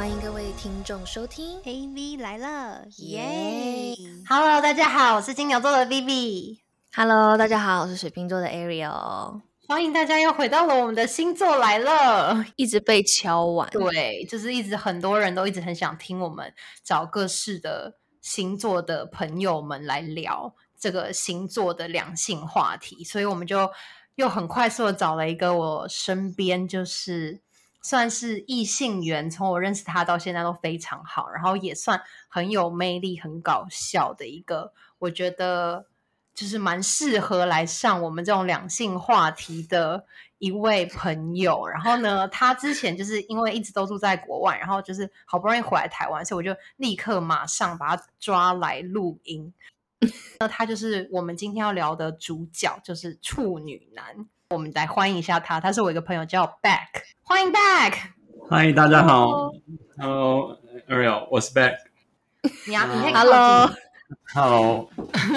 欢迎各位听众收听 AV 来了， 耶 ！Hello， 大家好，我是金牛座的 Vivi。 Hello， 大家好，我是水瓶座的 Ariel。 欢迎大家又回到了我们的星座来了， 一直被敲完。 对，就是一直很多人都一直很想听我们找各式的星座的朋友们来聊这个星座的两性话题，所以我们就又很快速的找了一个我身边就是算是异性缘，从我认识他到现在都非常好，然后也算很有魅力很搞笑的一个，我觉得就是蛮适合来上我们这种两性话题的一位朋友。然后呢，他之前就是因为一直都住在国外，然后就是好不容易回来台湾，所以我就立刻马上把他抓来录音。那他就是我们今天要聊的主角，就是处女男。我们来欢迎一下他，他是我一个朋友叫 Back， 欢迎 Back。 嗨，大家好 ，Hello Ariel， 我是 Back。 你可以 Hello，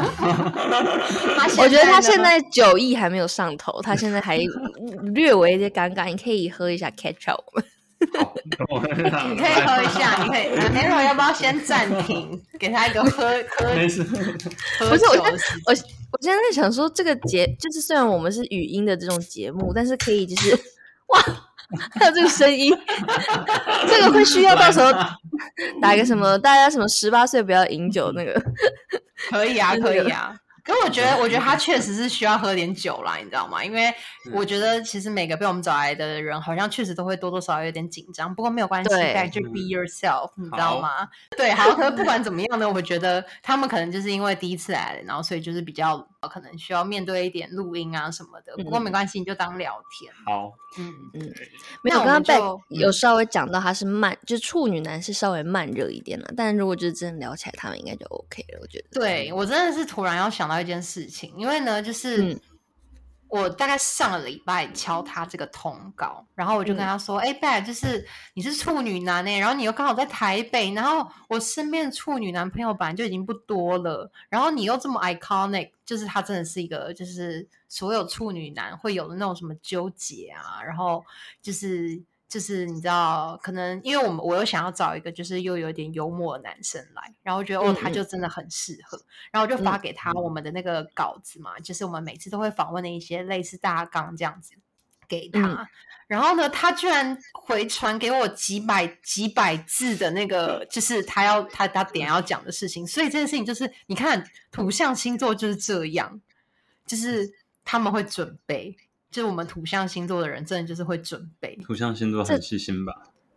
我觉得他现在酒意还没有上头，他现在还略微一些尴尬。你可以喝一下 catch up。 你可以喝一下，你可以。Ariel 要不要先暂停，给他一个喝没事。 喝酒的时间？ 我现在在想说，这个就是虽然我们是语音的这种节目，但是可以就是哇，还有这个声音，这个会需要到时候打一个什么，大家什么18岁不要饮酒那个， 可以啊，可以啊。可是我觉得他确实是需要喝点酒啦，你知道吗？因为我觉得其实每个被我们找来的人，好像确实都会多多少少有点紧张。不过没有关系，back to be yourself，你知道吗？对，好。可是不管怎么样呢，我觉得他们可能就是因为第一次来，然后所以就是比较可能需要面对一点录音啊什么的。不过没关系，你就当聊天。 好， 没有，刚刚 Back 有稍微讲到他是慢，就是处女男是稍微慢热一点啦，但如果就是真的聊起来，他们应该就 OK 了。我觉得， 对，我真的是突然要想到一件事情，因为呢，就是我大概上个礼拜敲他这个通告，然后我就跟他说：“哎，Back，就是你是处女男欸，然后你又刚好在台北，然后我身边的处女男朋友本来就已经不多了，然后你又这么 iconic， 就是他真的是一个就是所有处女男会有的那种什么纠结啊，然后就是你知道，可能因为我又想要找一个就是又有点幽默的男生来，然后我觉得他就真的很适合，然后我就发给他我们的那个稿子嘛，就是我们每次都会访问的一些类似大纲这样子给他，然后呢，他居然回传给我几百字的那个，就是他点要讲的事情，所以这件事情就是你看土象星座就是这样，就是他们会准备。就是我们土象星座的人真的就是会准备， 土象星座很细心吧？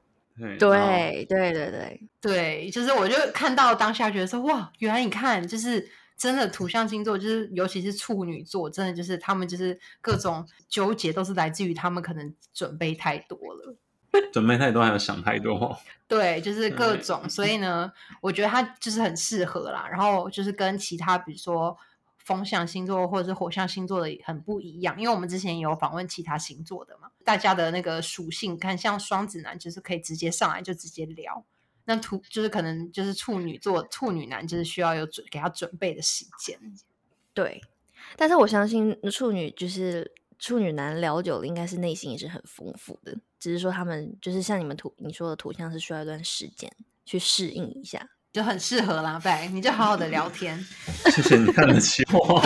对， 就是我就看到当下觉得说哇，原来你看就是真的土象星座，就是尤其是处女座，真的就是他们就是各种纠结都是来自于他们可能准备太多了， 准备太多还有想太多。 对，就是各种，所以呢，我觉得他就是很适合啦。然后就是跟其他比如说风象星座或者是火象星座的很不一样，因为我们之前有访问其他星座的嘛，大家的那个属性看像双子男就是可以直接上来就直接聊，那就是可能就是处女座处女男就是需要有给他准备的时间。 对，但是我相信处女男聊久了应该是内心也是很丰富的，只是说他们就是像你说的土象是需要一段时间去适应一下， 就很适合啦，拜，你就好好的聊天。 谢谢你看得起我。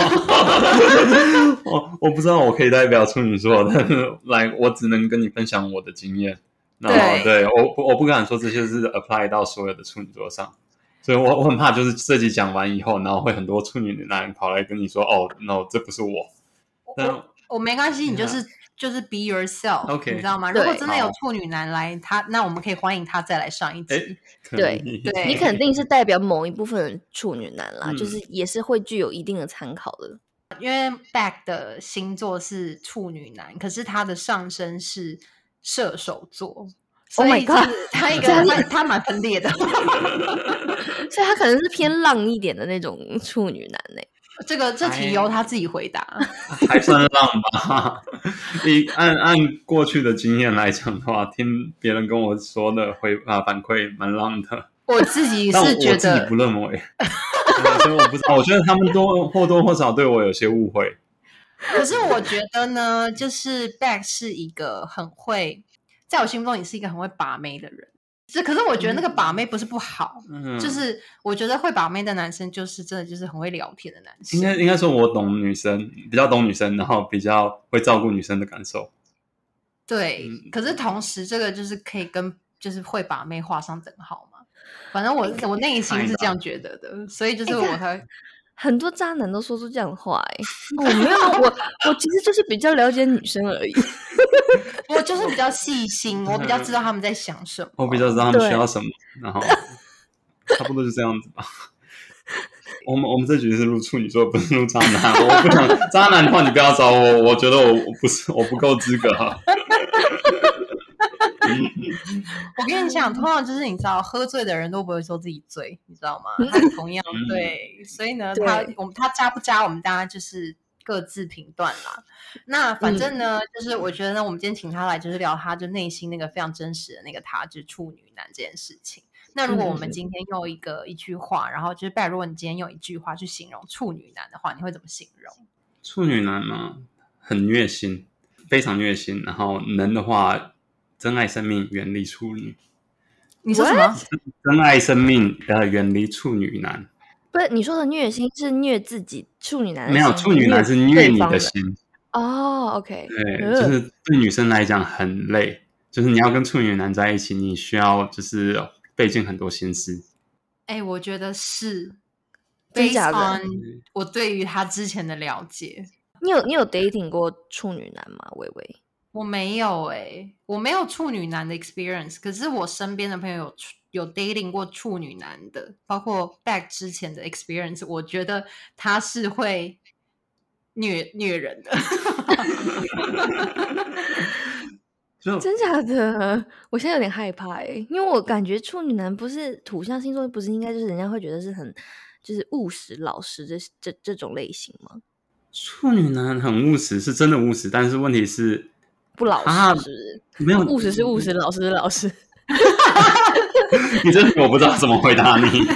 我不知道我可以代表处女座，但是我只能跟你分享我的经验。然后对我不敢说这些是 apply 到所有的处女座上，所以我很怕就是这集讲完以后，然后会很多处女男跑来跟你说哦 no 这不是我。 我没关系，你就是 be yourself， okay， 你知道吗？如果真的有处女男来，那我们可以欢迎他再来上一集。 对，你肯定是代表某一部分的处女男啦，就是也是会具有一定的参考的。 因为 Back 的星座是处女男，可是他的上升是射手座，所以他蛮分裂的，所以他可能是偏浪一点的那种处女男欸。 这题由他自己回答， 还算浪吧。按过去的经验来讲的话，听别人跟我说的反馈蛮浪的。 我自己是觉得， 我自己不认为，所以我不知道。我觉得他们都或多或少对我有些误会。 可是我觉得呢，就是 Back 是一个很会，在我心目中你是一个很会把妹的人。 可是我觉得那个把妹不是不好，就是我觉得会把妹的男生就是真的就是很会聊天的男生。 应该说我懂女生，比较懂女生，然后比较会照顾女生的感受。 对，可是同时这个就是可以跟就是会把妹画上等号嘛。反正我内心是这样觉得的，所以就是我才很多渣男都说出这样的话我没有，我其实就是比较了解女生而已。 我就是比较细心，我比较知道他们在想什么， 我比较知道他们需要什么，然后差不多就这样子吧。我们这局是录处女座，不是录渣男。我不想渣男的话，你不要找我，我觉得我不够资格哈。 我跟你讲，通常就是你知道，喝醉的人都不会说自己醉，你知道吗？同样对，所以呢，他渣不渣，我们大家就是各自评断啦。那反正呢，就是我觉得呢，我们今天请他来，就是聊他就内心那个非常真实的那个他，就是处女男这件事情。那如果我们今天用一句话，然后就是，如果你今天用一句话去形容处女男的话，你会怎么形容？ 处女男嘛，很虐心，非常虐心。然后能的话，珍爱生命，远离处女。 你说什么？ 珍爱生命，远离处女男。 不是你说的虐心是虐自己处女男的心， 没有，处女男是虐你的心。 OK， 对，就是对女生来讲很累，就是你要跟处女男在一起，你需要就是费尽很多心思。 我觉得是 based on 我对于他之前的了解。 你有 dating 过处女男吗？微微？ 我没有我没有处女男的 experience， 可是我身边的朋友有 dating 过处女男的，包括 back 之前的 experience， 我觉得他是会虐人的。 真假的？我现在有点害怕因为我感觉处女男不是土象星座，不是应该就是人家会觉得是很就是务实老实这种类型吗？ 处女男很务实，是真的务实，但是问题是不老实，是不是？ 没有， 务实是务实，老实是老实。 你这我不知道怎么回答你。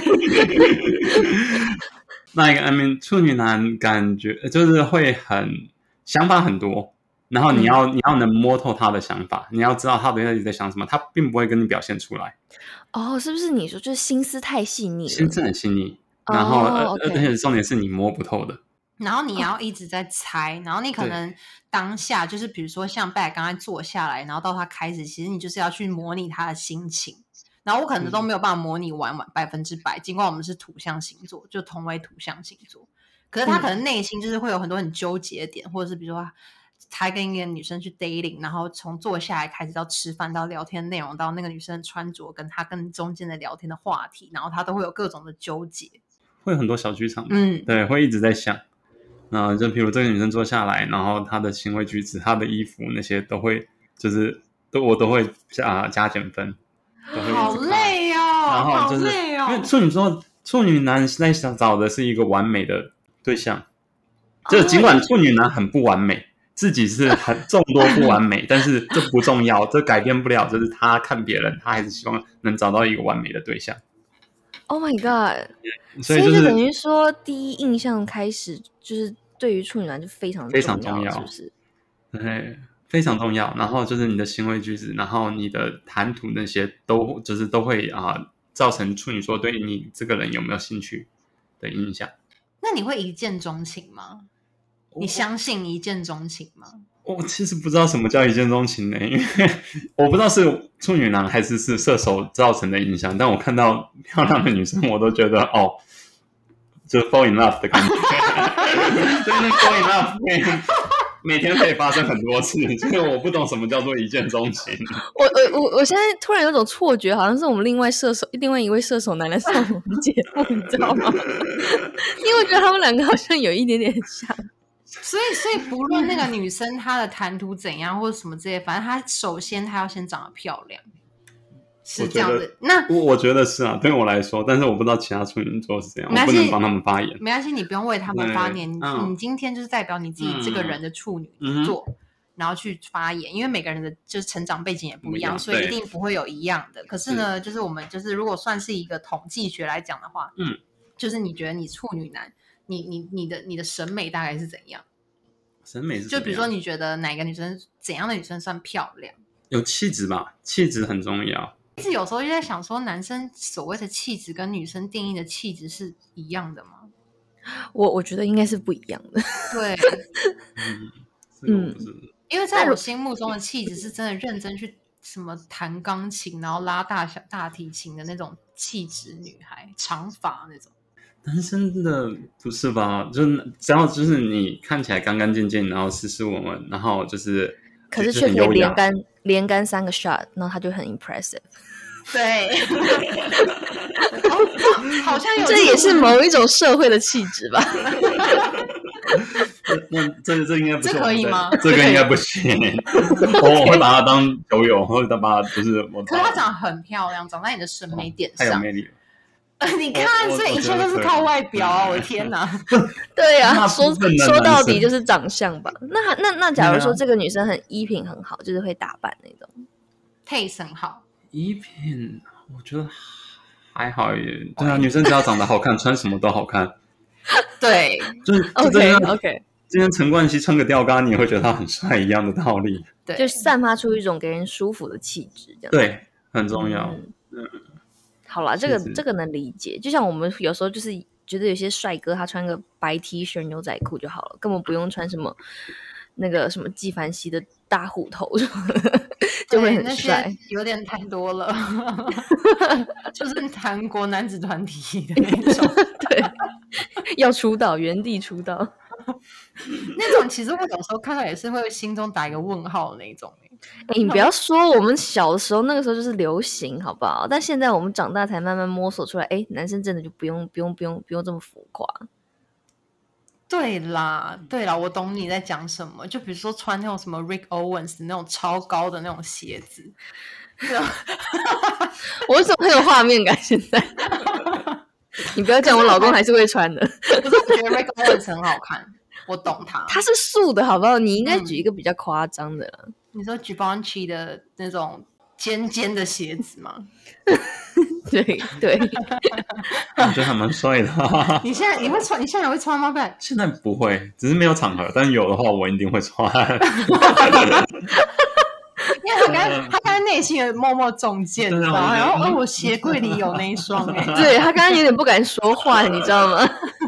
那一个处女男感觉就是会想法很多，然后你要能摸透他的想法，你要知道他到底在想什么，他并不会跟你表现出来。 是不是你说就是心思太细腻了？ 心思很细腻，然后而且重点是你摸不透的。 然后你要一直在猜，然后你可能当下就是比如说像贝刚才坐下来，然后到他开始，其实你就是要去模拟他的心情。然后我可能都没有办法模拟完100%，尽管我们是土象星座，就同为土象星座，可是他可能内心就是会有很多很纠结的点，或者是比如说他跟一个女生去 dating， 然后从坐下来开始到吃饭到聊天内容到那个女生的穿着跟他跟中间的聊天的话题，然后他都会有各种的纠结， 会有很多小剧场。对，会一直在想。就比如这个女生坐下来，然后她的行为举止、她的衣服那些都会，就是我都会加减分。 好累然后就是因为处女男在找的是一个完美的对象，就尽管处女男很不完美，自己是很众多不完美，但是这不重要，这改变不了，就是他看别人，他还是希望能找到一个完美的对象。 Oh my god！ 所以就等于说，第一印象开始就是对于处女男就非常重要， 是不是？ 对，非常重要。然后就是你的行为举止，然后你的谈吐那些都会造成处女座对你这个人有没有兴趣的影响。 那你会一见钟情吗？你相信一见钟情吗？ 我其实不知道什么叫一见钟情因为我不知道是处女男还是射手造成的影响，但我看到漂亮的女生我都觉得就 fall in love 的感觉。就是那 fall in love 每天可以发生很多次，所以我不懂什么叫做一见钟情。 我现在突然有种错觉，好像是我们另外一位射手男来上我们节目，你知道吗？因为我觉得他们两个好像有一点点像。 所以不论那个女生她的谈吐怎样或者什么之类，反正她首先她要先长得漂亮，是这样子。那我觉得是对我来说，但是我不知道其他处女座是这样，我不能帮他们发言。 没关系，你不用为他们发言，你今天就是代表你自己这个人的处女座，然后去发言，因为每个人的就是成长背景也不一样，所以一定不会有一样的。可是呢，就是我们就是如果算是一个统计学来讲的话，就是你觉得你处女男，你的审美大概是怎样？ 审美是就比如说你觉得哪个女生怎样的女生算漂亮？ 有气质吧，气质很重要。 是有时候就在想说，男生所谓的气质跟女生定义的气质是一样的吗？ 我觉得应该是不一样的。 对， 这个我不是。 因为在我心目中的气质是真的认真去什么弹钢琴，然后拉大提琴的那种气质女孩，长发那种。 男生的不是吧？就是只要就是你看起来干干净净，然后斯斯文文，然后就是可是却可以连干3个 shot， 然后他就很 impressive。 对，好像有这也是某一种社会的气质吧。 那这应该不是， 这可以吗？ 这个应该不行。我会把它当球友，或者把它就是我。 可是她长得很漂亮，长在你的审美点上， 太有魅力了。 你看，这一切都是靠外表啊！我的天哪！ 对啊，说到底就是长相吧。那假如说这个女生很衣品很好，就是会打扮那种 ，taste 很好。 衣品我觉得还好耶。对啊，女生只要长得好看，穿什么都好看。 对， 就是 OK。 今天陈冠希穿个吊嘎，你也会觉得他很帅一样的道理。 对， 就散发出一种给人舒服的气质，这样。 对，很重要。 好啦，这个能理解。就像我们有时候就是觉得有些帅哥他穿个白 T 恤牛仔裤就好了，根本不用穿什么那个什么纪梵希的大虎头就会很帅。 有点太多了。就是韩国男子团体的那种。 对，要出道，原地出道。 那种其实我有时候看到也是会心中打一个问号的那种。 你不要说我们小的时候那个时候就是流行好不好？但现在我们长大才慢慢摸索出来，男生真的就不用这么浮夸。 对啦，我懂你在讲什么。就比如说穿那种什么 Rick Owens 那种超高的那种鞋子。 我为什么很有画面感？现在你不要讲，我老公还是会穿的。 可是我觉得 Rick Owens 很好看，我懂他。 他是素的，好不好？你应该举一个比较夸张的啦。 你说 Givenchy 的那种尖尖的鞋子吗？ 对， 我觉得还蛮帅的。 你现在会穿？你现在还会穿吗？ 现在不会，只是没有场合，但有的话我一定会穿。 因为他刚才内心有默默中箭，你知道吗？然后我鞋柜里有那一双对，他刚刚有点不敢说话，你知道吗？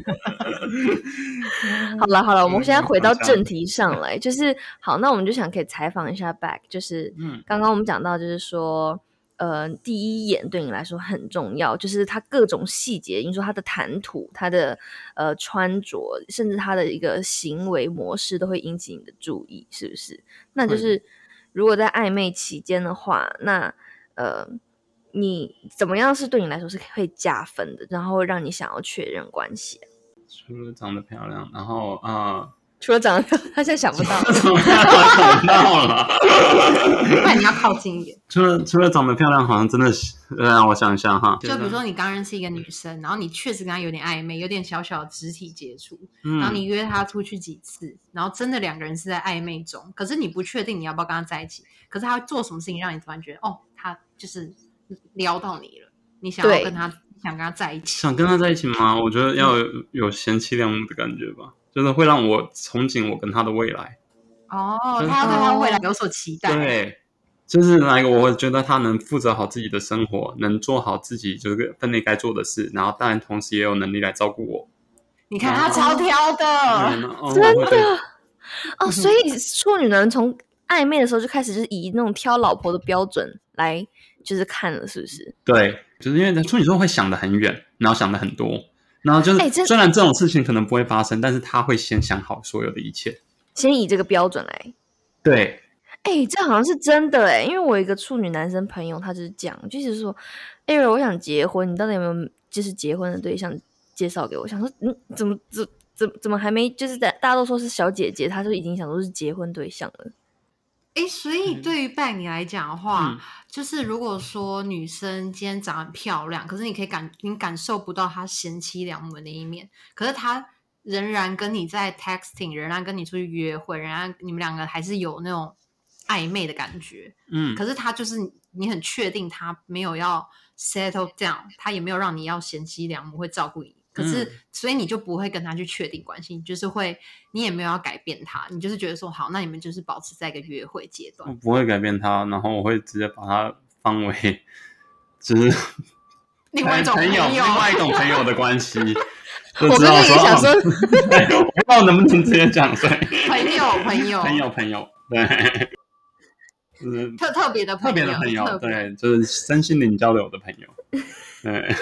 好了，我们现在回到正题上来，就是好，那我们就想可以采访一下 Back， 就是刚刚我们讲到，就是说第一眼对你来说很重要，就是他各种细节，你说他的谈吐，他的穿着，甚至他的一个行为模式都会引起你的注意，是不是？那就是如果在暧昧期间的话，那你怎么样是对你来说是可以加分的，然后会让你想要确认关系啊？ 除了长得漂亮，然后除了长得漂亮，他现在想不到。 想不到了。 那你要靠近一点。 除了长得漂亮，好像真的是让我想一下哈。 就比如说你刚认识一个女生，然后你确实跟她有点暧昧，有点小小的肢体接触，然后你约她出去几次，然后真的两个人是在暧昧中，可是你不确定你要不要跟她在一起，可是她会做什么事情让你突然觉得她就是撩到你了，你想要跟她想跟她在一起。 想跟她在一起吗？我觉得要有贤妻良母的感觉吧，就是会让我憧憬我跟她的未来。 她要对她未来有所期待。 对，就是来我会觉得她能负责好自己的生活，能做好自己就是分内该做的事，然后当然同时也有能力来照顾我。 你看她超挑的， 真的所以处女男从暧昧的时候就开始就是以那种挑老婆的标准来就是看了，是不是？ 对，就是因为处女座会想得很远，然后想得很多，然后就是虽然这种事情可能不会发生，但是他会先想好所有的一切， 先以这个标准来。 对， 这好像是真的因为我有一个处女男生朋友，他就是讲，就是说我想结婚，你到底有没有就是结婚的对象介绍给我？想说怎么还没，就是大家都说是小姐姐，她就已经想说是结婚对象了。 所以对于拜你来讲的话，就是如果说女生今天长得很漂亮，可是你感受不到她贤妻良母的那一面，可是她仍然跟你在 texting， 仍然跟你出去约会，仍然你们两个还是有那种暧昧的感觉。可是她就是你很确定她没有要 settle down， 她也没有让你要贤妻良母，会照顾你。可是所以你就不会跟他去确定关系，你就是你也没有要改变他，你就是觉得说好，那你们就是保持在一个约会阶段。 我不会改变他，然后我会直接把他放为就是另外一种另外一种朋友的关系。 我刚刚也想说， 我不知道能不能直接讲，对，朋友，对，就是特别的朋友， 对，就是身心灵交流的朋友，对。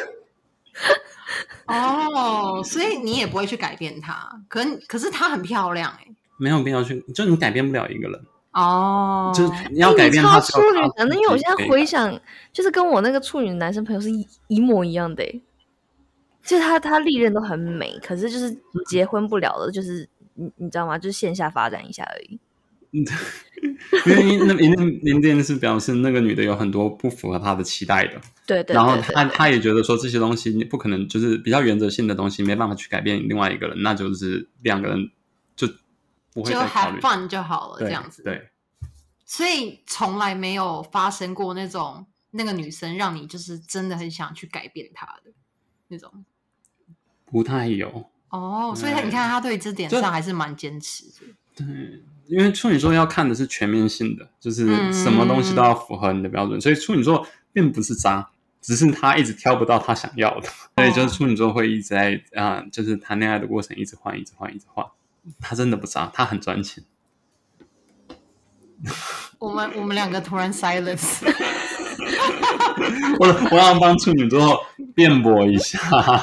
哦，所以你也不会去改变她，可是她很漂亮没有必要去，就你改变不了一个人哦， 就是你要改变他。 处女男的，因为我现在回想，就是跟我那个处女男生朋友是一模一样的就是他历任都很美，可是就是结婚不了的，就是你知道吗？就是线下发展一下而已。 因为那这件事表示那个女的有很多不符合他的期待的， 对， 然后他也觉得说这些东西你不可能，就是比较原则性的东西没办法去改变另外一个人，那就是两个人就不会再考虑， 就 have fun 就好了，这样子。 对， 所以从来没有发生过那种那个女生让你就是真的很想去改变她的那种， 不太有哦。所以你看他对这点上还是蛮坚持的。 对，因为处女座要看的是全面性的，就是什么东西都要符合你的标准，所以处女座并不是渣，只是他一直挑不到他想要的，所以就是处女座会一直在就是谈恋爱的过程一直换，他真的不渣，他很专情。 我们两个突然 silence 我要帮处女座辩驳一下。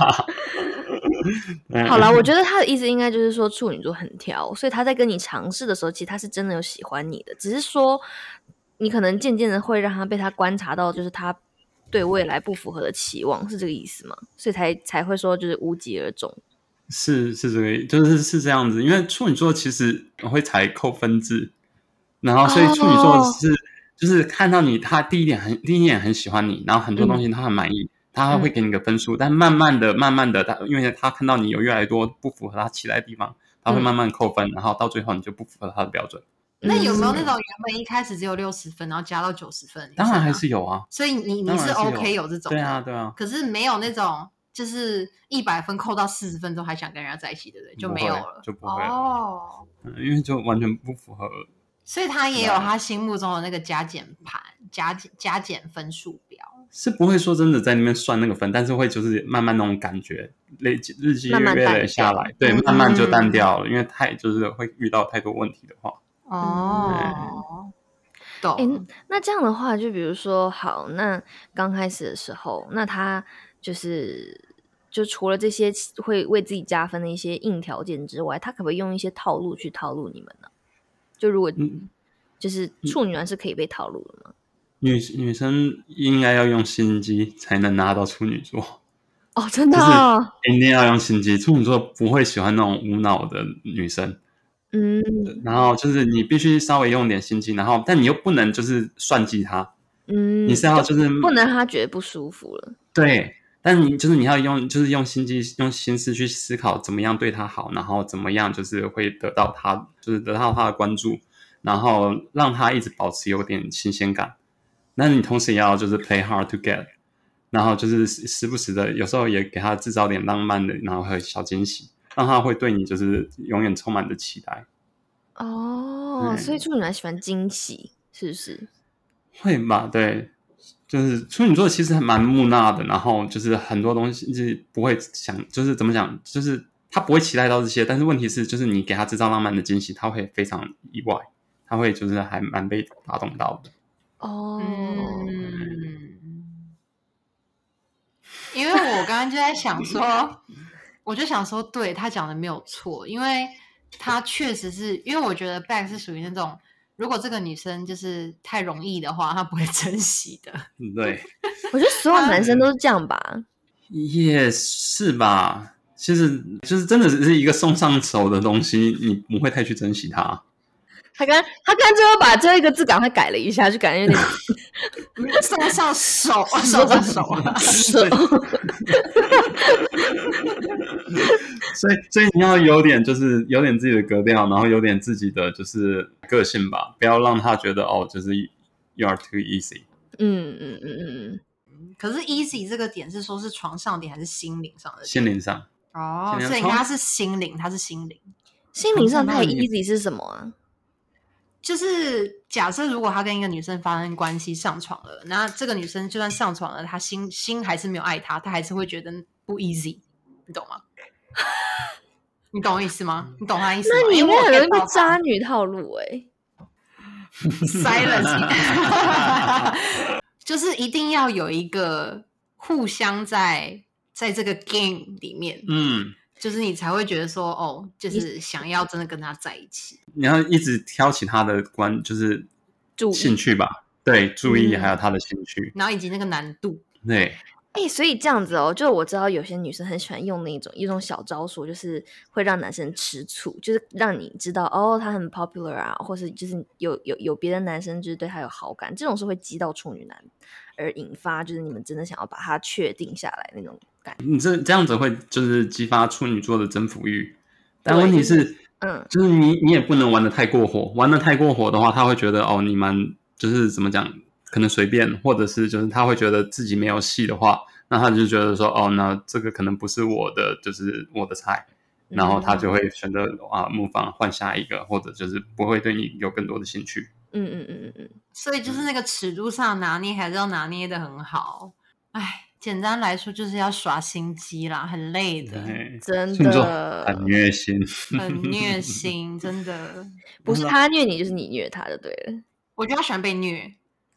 好啦，我觉得他的意思应该就是说处女座很挑，所以他在跟你尝试的时候，其实他是真的有喜欢你的，只是说你可能渐渐的会让他被他观察到，就是他对未来不符合的期望，是这个意思吗？所以才会说就是无疾而终。 是这个，就是这样子，因为处女座其实会采扣分制，然后所以处女座就是看到你，他第一眼很喜欢你，然后很多东西他很满意。他会给你个分数，但慢慢的，因为他看到你有越来越多不符合他期待的地方，他会慢慢扣分，然后到最后你就不符合他的标准。 那有没有那种原本一开始只有60分，然后加到90分？ 当然还是有啊。 所以你是 OK 有这种的？ 对啊。 可是没有那种就是100分扣到40分钟还想跟人家在一起，对不对？就没有了， 就不会了哦。 因为就完全不符合。 所以他也有他心目中的那个加减盘、加减分数表。 是不会说真的在那边算那个分，但是会就是慢慢那种感觉累积日积月累下来，对，慢慢就淡掉了，因为就是会遇到太多问题的话。 哦，懂。 那这样的话，就比如说，好，那刚开始的时候，那他就除了这些会为自己加分的一些硬条件之外，他可不可以用一些套路去套路你们呢？就如果就是处女男是可以被套路的吗？ 女生应该要用心机才能拿到处女座哦，真的就是一定要用心机，处女座不会喜欢那种无脑的女生。然后就是你必须稍微用点心机，然后但你又不能就是算计他，你是要就是不能让他觉得不舒服了。 对，但你要用心机用心思去思考怎么样对他好，然后怎么样就是会得到他的关注，然后让他一直保持有点新鲜感。那你同时也要就是 play hard to get， 然后就是时不时的有时候也给他制造点浪漫的，然后和小惊喜，让他会对你就是永远充满着期待。 所以处女男喜欢惊喜，是不是？ 会吧，对，就是处女座其实还蛮木讷的，然后就是很多东西就是不会想，就是怎么讲，就是他不会期待到这些，但是问题是就是你给他制造浪漫的惊喜，他会非常意外，他会就是还蛮被打动到的。 因为我刚刚就在想说，我就想说，对，他讲的没有错，因为他确实是因为我觉得 Beck 是属于那种，如果这个女生就是太容易的话，他不会珍惜的。 对， 我觉得所有男生都是这样吧。 也是吧，其实就是真的是一个送上手的东西，你不会太去珍惜它。 他刚最后把这一个字赶快改了一下，就感觉有点送上手所以你要有点就是有点自己的格调，然后有点自己的就是个性吧，不要让他觉得就是 you are too easy。 可是 easy 这个点是说是床上点还是心灵上的点？ 心灵上。 所以他是心灵，他是心灵。 心灵上太 easy 是什么啊？ 就是假设如果他跟一个女生发生关系上床了，那这个女生就算上床了，他心还是没有爱他，他还是会觉得不 easy， 你懂吗？你懂我意思吗？你懂他意思吗？ 那你应该很容易被渣女套路 silence 就是一定要有一个互相在这个 game 里面，就是你才会觉得说哦，就是想要真的跟他在一起。 你要一直挑起他的就是兴趣吧，对，注意还有他的兴趣， 然后以及那个难度， 对。 所以这样子哦，就我知道有些女生很喜欢用一种小招数，就是会让男生吃醋，就是让你知道哦，他很 popular 啊，或是就是有别的男生就是对他有好感，这种是会激到处女男，而引发就是你们真的想要把他确定下来那种感觉。 你这样子会就是激发处女座的征服欲，但问题是，就是你也不能玩得太过火，玩得太过火的话，他会觉得哦，你蛮就是怎么讲？可能随便，或者是就是他会觉得自己没有戏的话，那他就觉得说哦，那这个可能不是我的，就是我的菜，然后他就会选择move on换下一个，或者就是不会对你有更多的兴趣。 所以就是那个尺度上拿捏还是要拿捏的很好。简单来说就是要耍心机啦，很累的， 真的很虐心， 很虐心，真的不是他虐你，就是你虐他就对了。 我觉得他喜欢被虐。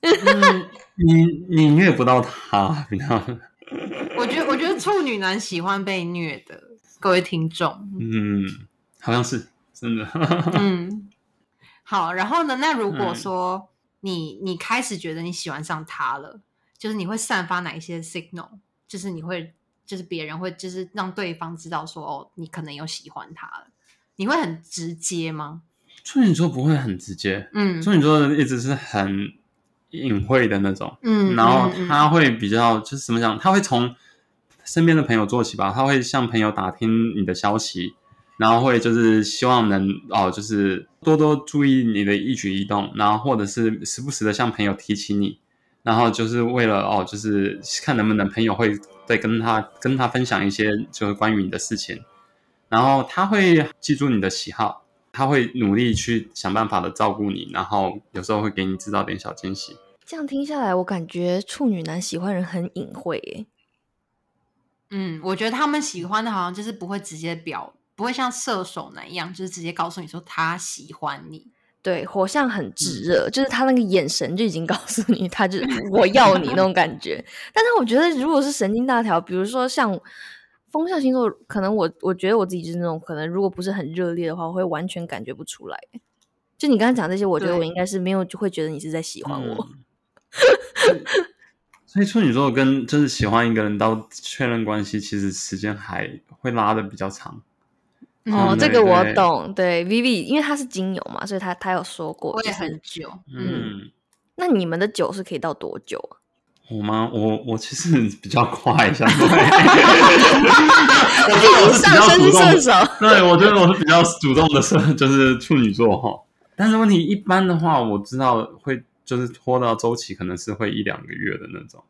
你虐不到他，你知道吗？ 我觉得处女男喜欢被虐的，各位听众。 好像是真的。 好，然后呢？那如果说你开始觉得你喜欢上他了，就是你会散发哪一些 signal？ 就是你会，就是别人会，就是让对方知道说哦，你可能有喜欢他了。你会很直接吗？ 处女座不会很直接，处女座一直是很隐晦的那种，然后他会比较就是怎么讲，他会从身边的朋友做起吧，他会向朋友打听你的消息，然后会就是希望能就是多多注意你的一举一动，然后或者是时不时的向朋友提起你，然后就是为了就是看能不能朋友会再跟他分享一些就是关于你的事情，然后他会记住你的喜好。他会努力去想办法的照顾你，然后有时候会给你制造点小惊喜。 这样听下来，我感觉处女男喜欢人很隐晦耶。 我觉得他们喜欢的好像就是不会直接不会像射手男一样，就是直接告诉你说他喜欢你。 对，火象很炙热，就是他那个眼神就已经告诉你，他就是我要你那种感觉。但是我觉得，如果是神经大条，比如说像风象星座，可能我觉得我自己就是那种，可能如果不是很热烈的话，我会完全感觉不出来。就你刚才讲这些，我觉得我应该是没有就会觉得你是在喜欢我。 所以处女座跟就是喜欢一个人到确认关系，其实时间还会拉的比较长。 这个我懂。对 Vivi 因为他是金牛嘛，所以他有说过， 我也很久。 那你们的久是可以到多久啊？ 我吗？我其实比较快，相对。 我是上升是射手。 对，我觉得我是比较主动的就是处女座哈。但是问题一般的话，我知道会就是拖到周期可能是会1-2个月的那种。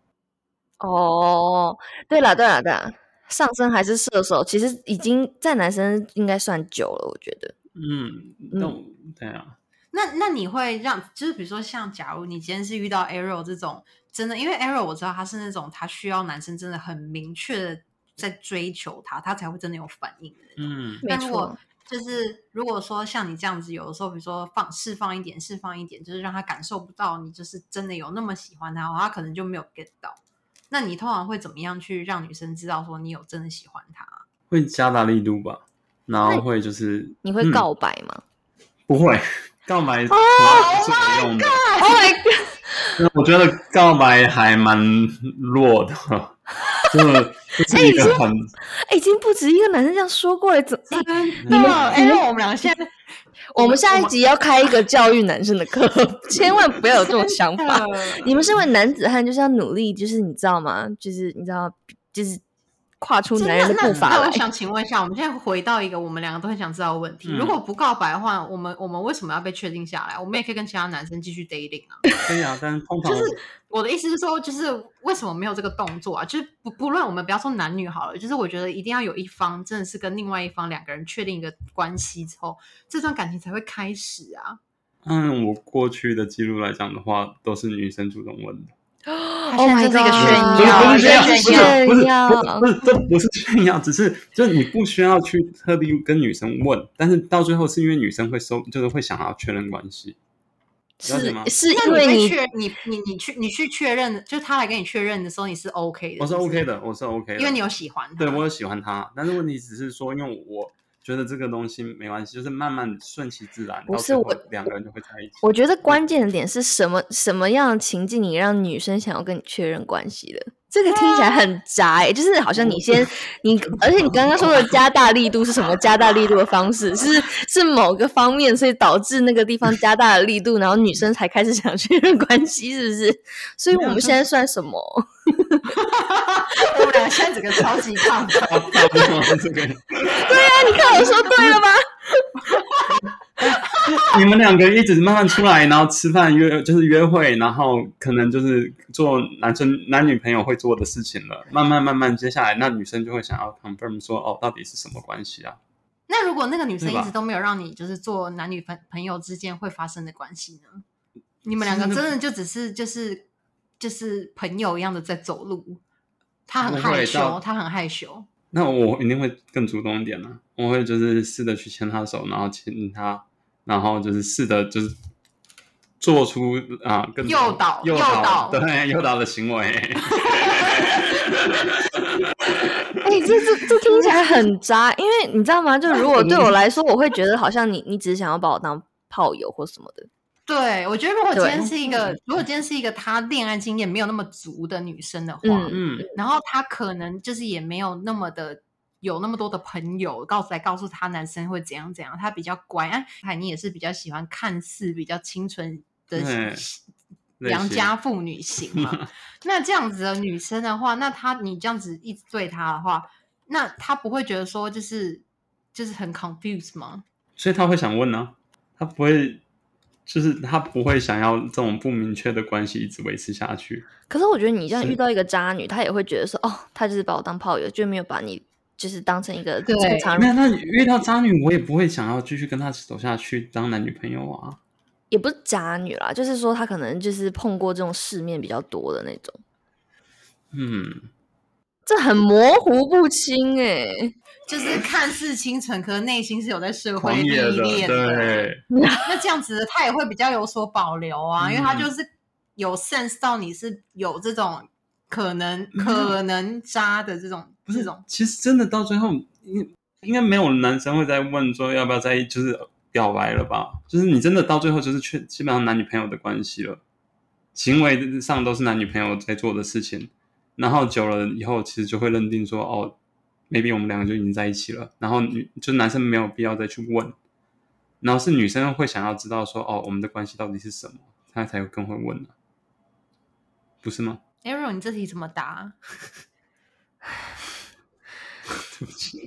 对了，上升还是射手，其实已经在男生应该算久了，我觉得。 对啊。 那你会让，就是比如说像假如你今天是遇到 Arrow 这种真的，因为 Arrow 我知道他是那种他需要男生真的很明确的在追求他才会真的有反应的那种。 没错。 如果说像你这样子，有的时候比如说释放一点，就是让他感受不到你就是真的有那么喜欢他，他可能就没有 get 到。那你通常会怎么样去让女生知道说你有真的喜欢他？ 会加大力度吧，然后会就是你会告白吗？ 不会，告白从来不是我用的。 Oh my god！ 我觉得告白还蛮弱的，就是一个很已经不止一个男生这样说过了。 你们我们两个现在， 我们下一集要开一个教育男生的课，千万不要有这种想法。你们身为男子汉，就是要努力，就是你知道吗？就是你知道，就是跨出男人的步伐来。 那我想请问一下，我们现在回到一个我们两个都很想知道的问题：如果不告白的话，我们为什么要被确定下来？我们也可以跟其他男生继续 dating 啊。 可以啊，但是通常就是我的意思是说，就是为什么没有这个动作啊？就是不论我们不要说男女好了，就是我觉得一定要有一方真的是跟另外一方两个人确定一个关系之后，这段感情才会开始啊。 按我过去的记录来讲的话，都是女生主动问的。 Oh my god！ 这是一个炫耀， 不是炫耀， 这不是炫耀，只是就是你不需要去特地跟女生问，但是到最后是因为女生会就是会想要确认关系。 是因为你去确认，就是他来跟你确认的时候，你是 OK 的。 我是 OK 的，我是 OK 的， 因为你有喜欢他。 对，我有喜欢他，但是问题只是说，因为我觉得这个东西没关系，就是慢慢顺其自然， 不是我两个人就会在一起。 我觉得关键的点是什么样的情境，你让女生想要跟你确认关系的？这个听起来很渣就是好像而且你刚刚说的加大力度是什么？加大力度的方式是某个方面，所以导致那个地方加大了力度，然后女生才开始想确认关系，是不是？所以我们现在算什么？ 我们俩现在整个超级胖的。 对啊，你看我说对了吗？ 你们两个一直慢慢出来，然后吃饭就是约会，然后可能就是做男女朋友会做的事情了。慢慢，接下来那女生就会想要 confirm 说，哦，到底是什么关系啊？ 那如果那个女生一直都没有让你就是做男女朋友之间会发生的关系呢？你们两个真的就只是就是朋友一样的在走路，他很害羞， 那我一定会更主动一点啊！我会就是试着去牵他手，然后亲他，然后就是试着就是做出更诱导对诱导的行为。 这听起来很渣，因为你知道吗？就如果对我来说，我会觉得好像你只是想要把我当炮友或什么的。 对，我觉得如果今天是一个她恋爱经验没有那么足的女生的话，然后她可能就是也没有那么的有那么多的朋友告诉她男生会怎样怎样，她比较乖。海妮也是比较喜欢看似比较清纯的良家妇女型嘛。那这样子的女生的话，那你这样子一直对她的话，那她不会觉得说就是很 confused 吗？ 所以她会想问呢，她不会。就是他不会想要这种不明确的关系一直维持下去。 可是我觉得你这样遇到一个渣女，她也会觉得说，哦，她就是把我当炮友，就没有把你就是当成一个正常人。 没有，那遇到渣女，我也不会想要继续跟她走下去当男女朋友啊。 也不是渣女啦，就是说她可能就是碰过这种世面比较多的那种。这很模糊不清就是看似清纯，可是内心是有在社会历练的。 对， 那这样子他也会比较有所保留啊，因为他就是有 sense 到你是有这种可能渣的这种。 其实真的到最后，应该没有男生会在问说要不要在一起，就是表白了吧？就是你真的到最后就是基本上男女朋友的关系了，行为上都是男女朋友在做的事情，然后久了以后，其实就会认定说哦。maybe 我们两个就已经在一起了，然后就男生没有必要再去问，然后是女生会想要知道说，哦，我们的关系到底是什么，他才更会问呢，不是吗 ？Ariel， 你这题怎么答？ 对不起，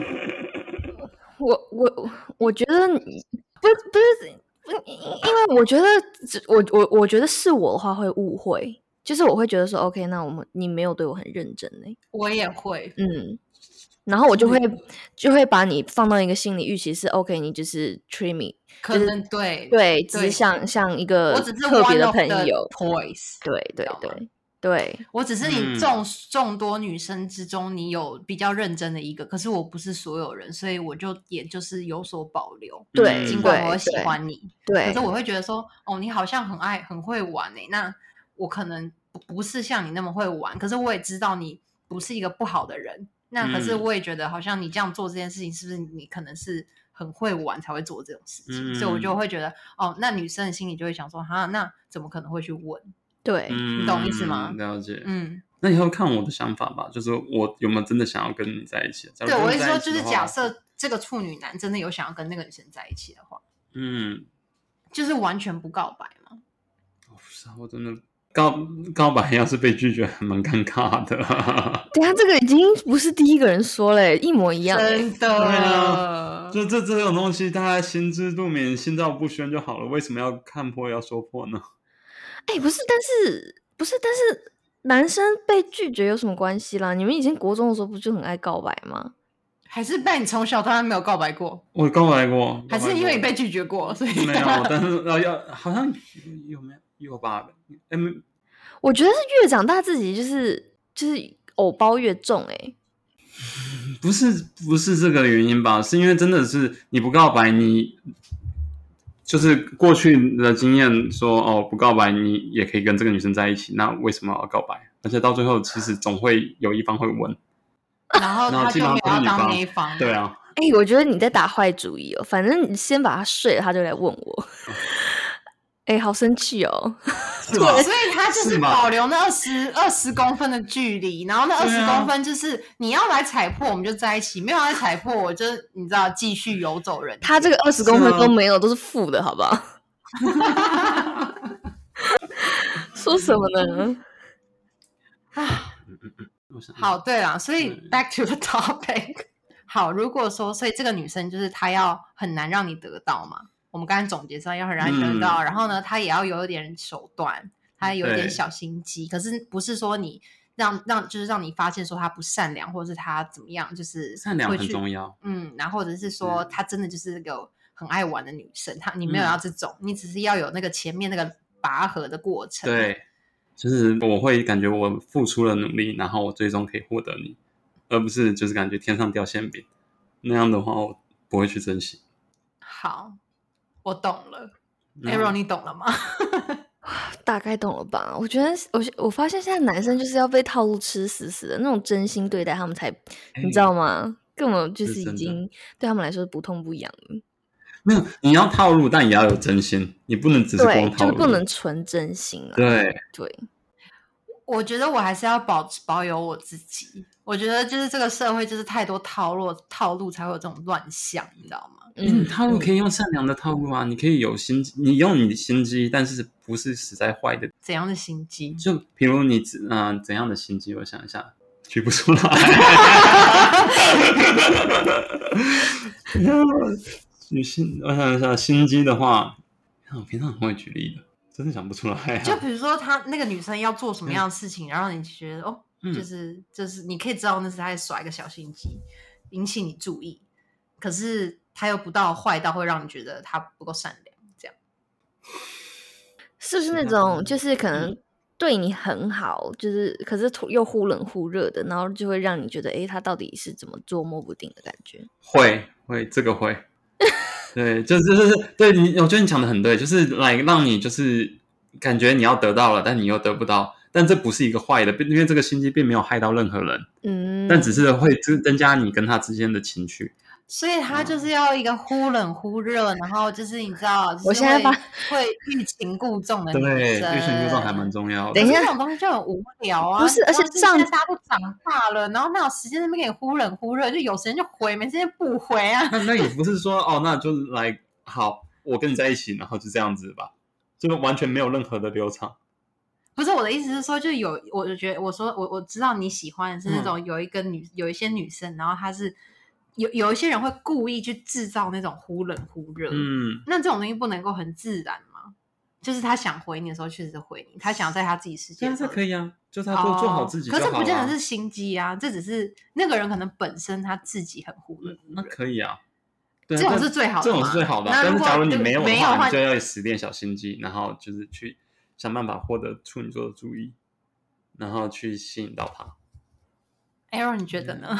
我觉得不是，因为我觉得我觉得是我的话会误会，就是我会觉得说 OK， 那你没有对我很认真我也会， 然后我就会把你放到一个心理预期是 OK， 你就是 treat me， 可能对， 只是像一个特别的朋友 ，toys， 对， 我只是你众多女生之中，你有比较认真的一个，可是我不是所有人，所以我也就是有所保留。 对， 尽管我喜欢你， 对， 可是我会觉得说，哦，你好像很会玩那我可能不是像你那么会玩，可是我也知道你不是一个不好的人。那可是我也觉得好像你这样做这件事情，是不是你可能是很会玩才会做这种事情？所以我就会觉得，哦，那女生的心里就会想说，哈，那怎么可能会去问？ 对， 你懂意思吗？ 了解。那以后看我的想法吧，就是我有没有真的想要跟你在一起？ 对，我会说，就是假设这个处女男真的有想要跟那个女生在一起的话，就是完全不告白吗？ 不是啊，我真的。告白要是被拒绝还蛮尴尬的。 对啊，这个已经不是第一个人说了，一模一样。 真的， 对啊，就这种东西，大家心知肚明，心照不宣就好了。为什么要看破要说破呢？ 不是，但是男生被拒绝有什么关系啦？你们以前国中的时候不就很爱告白吗？ 还是被你从小到大没有告白过？ 我告白过， 还是因为你被拒绝过，所以没有？但是好像有没有吧？ 我觉得是越长大自己就是偶包越重不是这个原因吧？是因为真的是你不告白，你就是过去的经验说不告白你也可以跟这个女生在一起，那为什么要告白？而且到最后其实总会有一方会问， 然后他就没有要当那一方。 对啊。 我觉得你在打坏主意哦。反正你先把他睡了，他就来问我。好生气哦。 是吧？ 所以他就是保留那20公分的距离，然后那20公分就是你要来踩破我们就在一起，没有来踩破我就你知道继续游走人。 他这个20公分都没有，都是负的，好不好？说什么呢？ 好，对啦，所以 back to the topic。好，如果说，所以这个女生就是她要很难让你得到嘛。我们刚才总结上要很难得到，然后呢，她也要有一点手段，她有一点小心机。可是不是说你就是让你发现说她不善良，或者是她怎么样，就是善良很重要。 然后或者是说她真的就是个很爱玩的女生，你没有要这种，你只是要有那个前面那个拔河的过程。 对，就是我会感觉我付出了努力，然后我最终可以获得你，而不是就是感觉天上掉馅饼，那样的话我不会去珍惜。 好，我懂了。Aaron 你懂了吗？ 大概懂了吧。我觉得我发现现在男生就是要被套路吃死死的，那种真心对待他们才你知道吗？根本就是已经对他们来说是不痛不痒的。 没有，你要套路，但也要有真心，你不能只是光套路， 对，就不能纯真心啊。 对， 我觉得我还是要保有我自己。我觉得就是这个社会就是太多套路才会有这种乱象，你知道吗？ 套路可以用善良的套路啊，你可以有心机，你用你的心机，但是不是实在坏的。 怎样的心机？ 就比如你怎样的心机？我想一下，举不出来。我想一下，心机的话，我平常很会举例的，真的想不出来。 就比如说，他那个女生要做什么样的事情，然后你觉得就是你可以知道那是他在耍一个小心机，引起你注意，可是他又不到坏到会让你觉得他不够善良，这样是不是那种就是可能对你很好，就是可是又忽冷忽热的，然后就会让你觉得他到底是怎么捉摸不定的感觉？ 会这个会。对，就是对你，我觉得你讲的很对，就是来让你就是感觉你要得到了，但你又得不到，但这不是一个坏的，因为这个心机并没有害到任何人，但只是会增加你跟他之间的情绪。 所以他就是要一个忽冷忽热，然后就是你知道，就是、 我现在会欲擒故纵的女生， 对，欲擒故纵还蛮重要的。 等一下， 这种东西就很无聊啊。 不是，而且现在大家都长大了，然后哪有时间在那边给你忽冷忽热？就有时间就回，没时间不回啊。 那也不是说那就来好，我跟你在一起，然后就这样子吧，就完全没有任何的流程。 不是我的意思是说，就我就觉得我知道你喜欢的是那种有一些女生，然后她是。有一些人会故意去制造那种忽冷忽热，那这种东西不能够很自然吗？就是他想回你的时候，确实回你；他想在他自己世界上， 这可以啊，就是他做好自己就好了。 可是不见得是心机啊，这只是那个人可能本身他自己很忽冷忽热。 那可以啊， 这种是最好的， 这种是最好的。但是假如你没有的话，你就要死练小心机，然后就是去想办法获得处女座的注意，然后去吸引到他。 Aaron， 你觉得呢？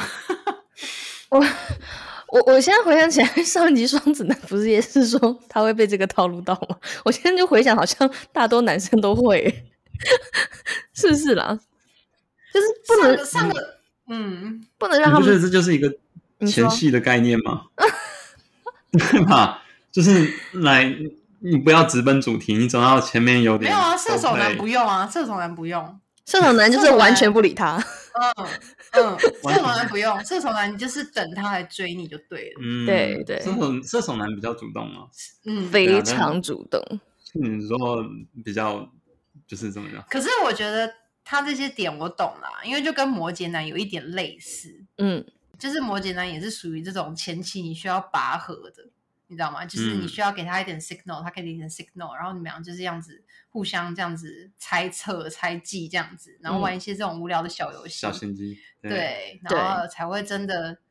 我现在回想起来，上一集双子男不是也是说他会被这个套路到吗？我现在就回想，好像大多男生都会，是不是啦？就是不能不能让他们。 你不觉得这就是一个前戏的概念吗？对吧？就是你不要直奔主题，你总要前面有点。 没有啊，射手男不用啊，射手男不用。 射手男就是完全不理他。 射手男不用，射手男你就是等他来追你就对了。 对对， 射手男比较主动啊， 非常主动。 你说比较就是怎么样？ 可是我觉得他这些点我懂啦，因为就跟摩羯男有一点类似。就是摩羯男也是属于这种前期你需要拔河的，你知道吗？就是你需要给他一点 signal， 他给你一点 signal， 然后你们俩就是这样子互相这样子猜测、猜忌这样子，然后玩一些这种无聊的小游戏、 小心机， 对，然后才会真的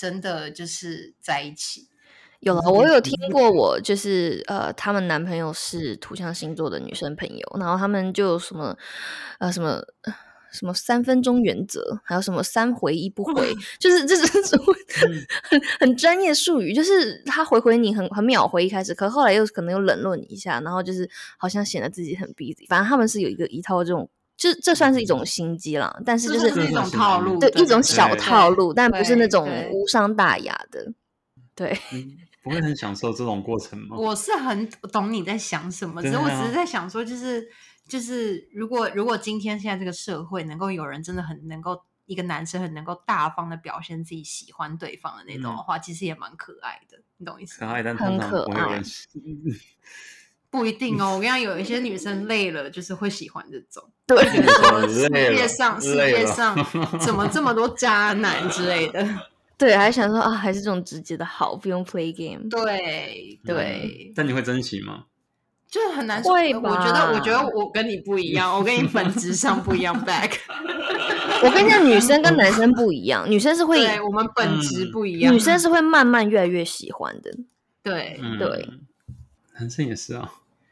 真的就是在一起。 有了，我有听过，我就是他们男朋友是土象星座的女生朋友，然后他们就有什么什么3分钟原则，还有什么3回1不回，就是这种很专业术语，就是他回你很秒回一开始，可后来又可能又冷落你一下，然后就是好像显得自己很 busy， 反正他们是有一套这种。就这算是一种心机啦，但是就是一种套路， 对，一种小套路，但不是那种对无伤大雅的。对， 不会很享受这种过程吗？ 我是很懂你在想什么，我只是在想说，就是如果今天现在这个社会能够有人真的很能够一个男生很能够大方的表现自己喜欢对方的那种的话，其实也蛮可爱的，你懂意思吗？ 可爱，但很可爱。 不一定哦，我跟你讲，有一些女生累了，就是会喜欢这种。 对， 世界上怎么这么多渣男之类的？ 对，还想说啊，还是这种直接的好，不用 play game。 对， 但你会珍惜吗？ 就是很难说。 会吧？ 我觉得我跟你不一样，我跟你本质上不一样。Back， 我跟你讲，女生跟男生不一样，女生是会， 对，我们本质不一样， 女生是会慢慢越来越喜欢的。 对， 男生也是啊。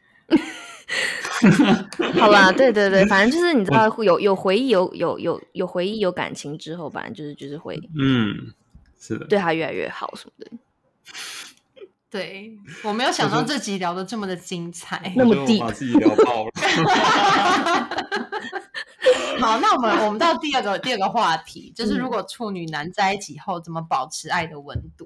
好啦，对，反正就是你知道，有回忆，有回忆，有感情之后，反正就是会， 是的， 对他越来越好什么的。 对，我没有想到这集聊得这么的精彩， 那么地， 把自己聊爆了。 好，那我们到第二个话题，就是如果处女男在一起后，怎么保持爱的温度？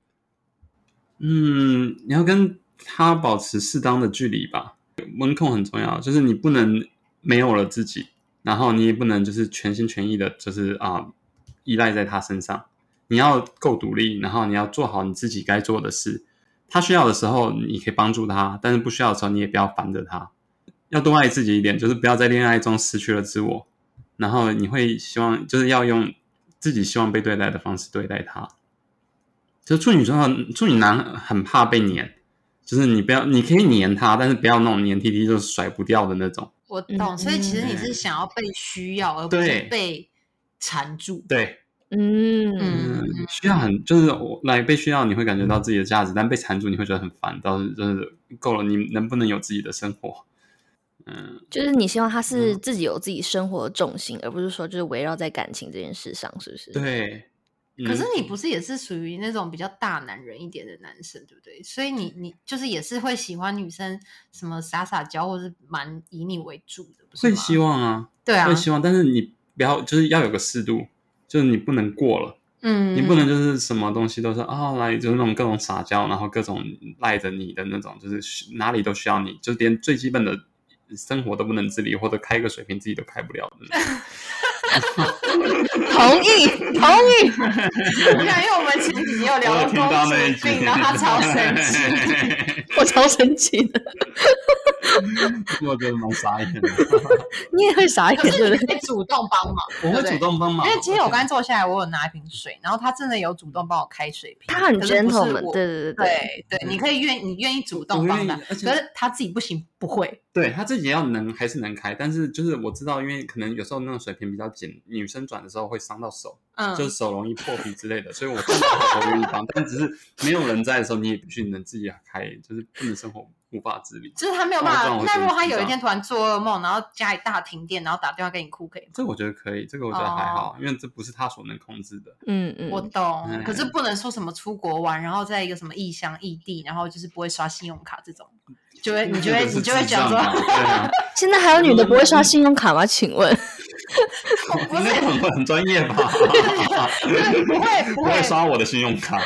你要跟他保持适当的距离吧。温控很重要，就是你不能没有了自己，然后你也不能就是全心全意的，就是依赖在他身上。你要够独立，然后你要做好你自己该做的事。他需要的时候，你可以帮助他，但是不需要的时候，你也不要烦着他。要多爱自己一点，就是不要在恋爱中失去了自我。然后你会希望，就是要用自己希望被对待的方式对待他。就处女男很怕被黏，就是你可以黏他，但是不要那种黏 T T 就是甩不掉的那种。 我懂，所以其实你是想要被需要，而不是被缠住。 对， 需要就是来被需要，你会感觉到自己的价值，但被缠住你会觉得很烦，倒是就是够了，你能不能有自己的生活？ 就是你希望他是自己有自己生活的重心，而不是说就是围绕在感情这件事上，是不是？ 对。 可是你不是也是属于那种比较大男人一点的男生，对不对？所以你就是也是会喜欢女生什么撒撒娇，或是蛮以你为主的，不是吗？ 会希望啊， 对啊， 会希望，但是你不要，就是要有个适度，就是你不能过了，你不能就是什么东西都是来就是那种各种撒娇，然后各种赖着你的那种，就是哪里都需要你，就是连最基本的生活都不能自理，或者开个水瓶自己都开不了的。 同意。 我想，因为我们前几集有聊到公主病，然后他超生气， 我超生气的。 我觉得蛮傻眼的。 你也会傻眼，对不对？ 你会主动帮忙， 我会主动帮忙， 因为今天我刚才坐下来，我有拿一瓶水，然后他真的有主动帮我开水瓶， 他很 gentleman，对， 你可以你愿意主动帮他，可是他自己不行，不会。 对，他自己要还是能开，但是就是我知道，因为可能有时候那种水瓶比较紧，女生转的时候会伤到手，就是手容易破皮之类的，所以我看到我愿意帮，但只是没有人在的时候，你也必须能自己开，就是不能生活无法自理， 就是他没有办法。那如果他有一天突然做噩梦，然后家里大停电，然后打电话给你哭，可以吗？ 这我觉得可以，这个我觉得还好，因为这不是他所能控制的。 我懂，可是不能说什么出国玩，然后在一个什么异乡异地，然后就是不会刷信用卡这种，你就会讲说， 现在还有女的不会刷信用卡吗？请问？ 不是很专业吧？不会刷我的信用卡，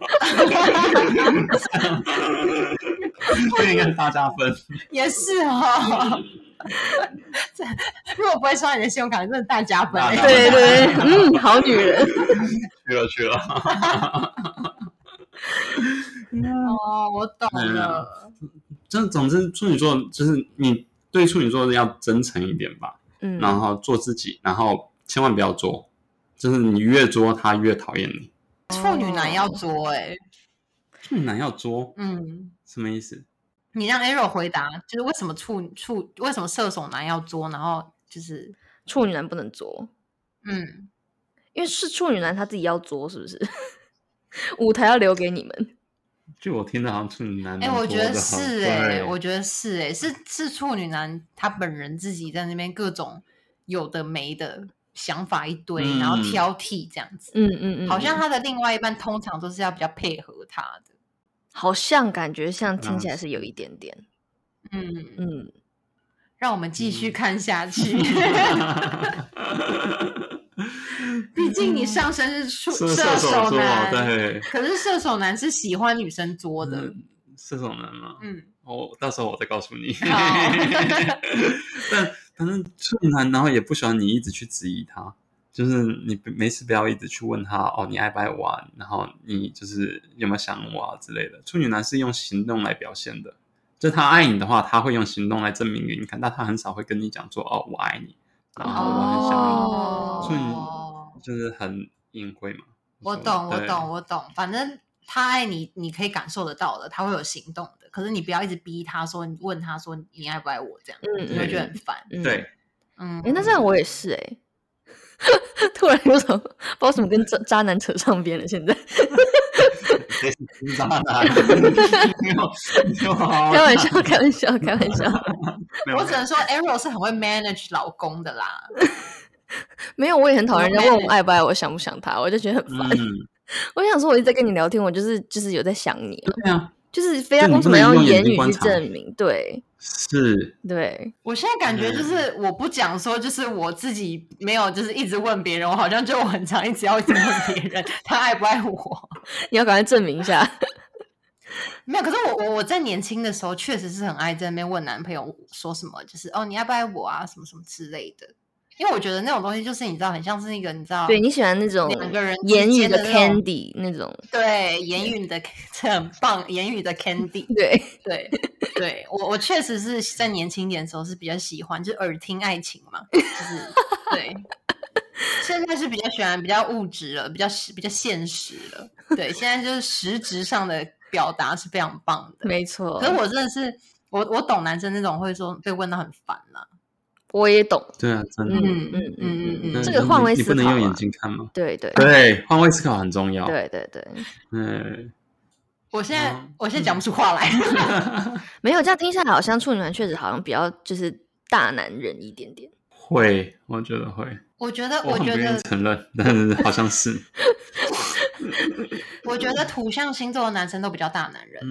这应该大加分。 也是哦。如果不会刷你的信用卡，真的大加分。 对，好女人。 去了。 我懂了。 总之，处女座就是你对处女座要真诚一点吧。然后做自己，然后千万不要作，就是你越作他越讨厌你。 处女男要作处女男要作，什么意思？ 你让 Arrow 回答，就是为什么为什么射手男要作，然后就是处女男不能作，因为是处女男他自己要作，是不是？ 舞台要留给你们。 就我听的好像处女男， 我觉得是我觉得是是处女男他本人自己在那边各种有的没的想法一堆，然后挑剔这样子。好像他的另外一半通常都是要比较配合他的， 好像感觉像听起来是有一点点。 让我们继续看下去。毕竟你上身是射手男， 对， 可是射手男是喜欢女生作的。 射手男嘛，到时候我再告诉你。但反正处女男，然后也不喜欢你一直去质疑他，就是你没事不要一直去问他你爱不爱我啊，然后你就是有没有想我啊之类的。处女男是用行动来表现的，就他爱你的话，他会用行动来证明给你看，但他很少会跟你讲说我爱你，然后我很想你。处女就是很隐晦嘛。 我懂，反正他爱你，你可以感受得到的，他会有行动的。可是你不要一直逼他说，你问他说你爱不爱我这样，你会觉得很烦。 对， 那这样我也是突然有种不知道什么跟渣男扯上边了，现在。 渣男， 开玩笑。 我只能说 Ariel 是很会 manage 老公的啦。 没有，我也很讨厌人家问我爱不爱我，想不想他，我就觉得很烦。我想说，我一直在跟你聊天，我就是有在想你。 对啊， 就是非要用什么样言语去证明，对， 是， 对。 我现在感觉就是我不讲说，就是我自己没有，就是一直问别人，我好像就很常一直要一直问别人他爱不爱我， 你要赶快证明一下。 没有，可是我在年轻的时候确实是很爱在那边问男朋友说什么，就是你爱不爱我啊，什么什么之类的。因为我觉得那种东西就是你知道很像是一个你知道， 对你喜欢那种两个人言语的 candy 那种， 对，言语的很棒，言语的 candy， 对，我确实是在年轻一点的时候是比较喜欢，就是耳听爱情嘛，就是对。现在是比较喜欢比较物质了，比较现实了，对，现在就是实质上的表达是非常棒的， 没错。 可是我真的是我懂男生那种会说被问到很烦啦。 我也懂， 对啊，真的， 这个换位思考， 你不能用眼睛看吗？ 对， 换位思考很重要。 对， 我现在讲不出话来。 没有，这样听下来，好像处女男确实好像比较就是大男人一点点。 会，我觉得会。 我觉得不愿意承认，但是好像是。 我觉得土象星座的男生都比较大男人。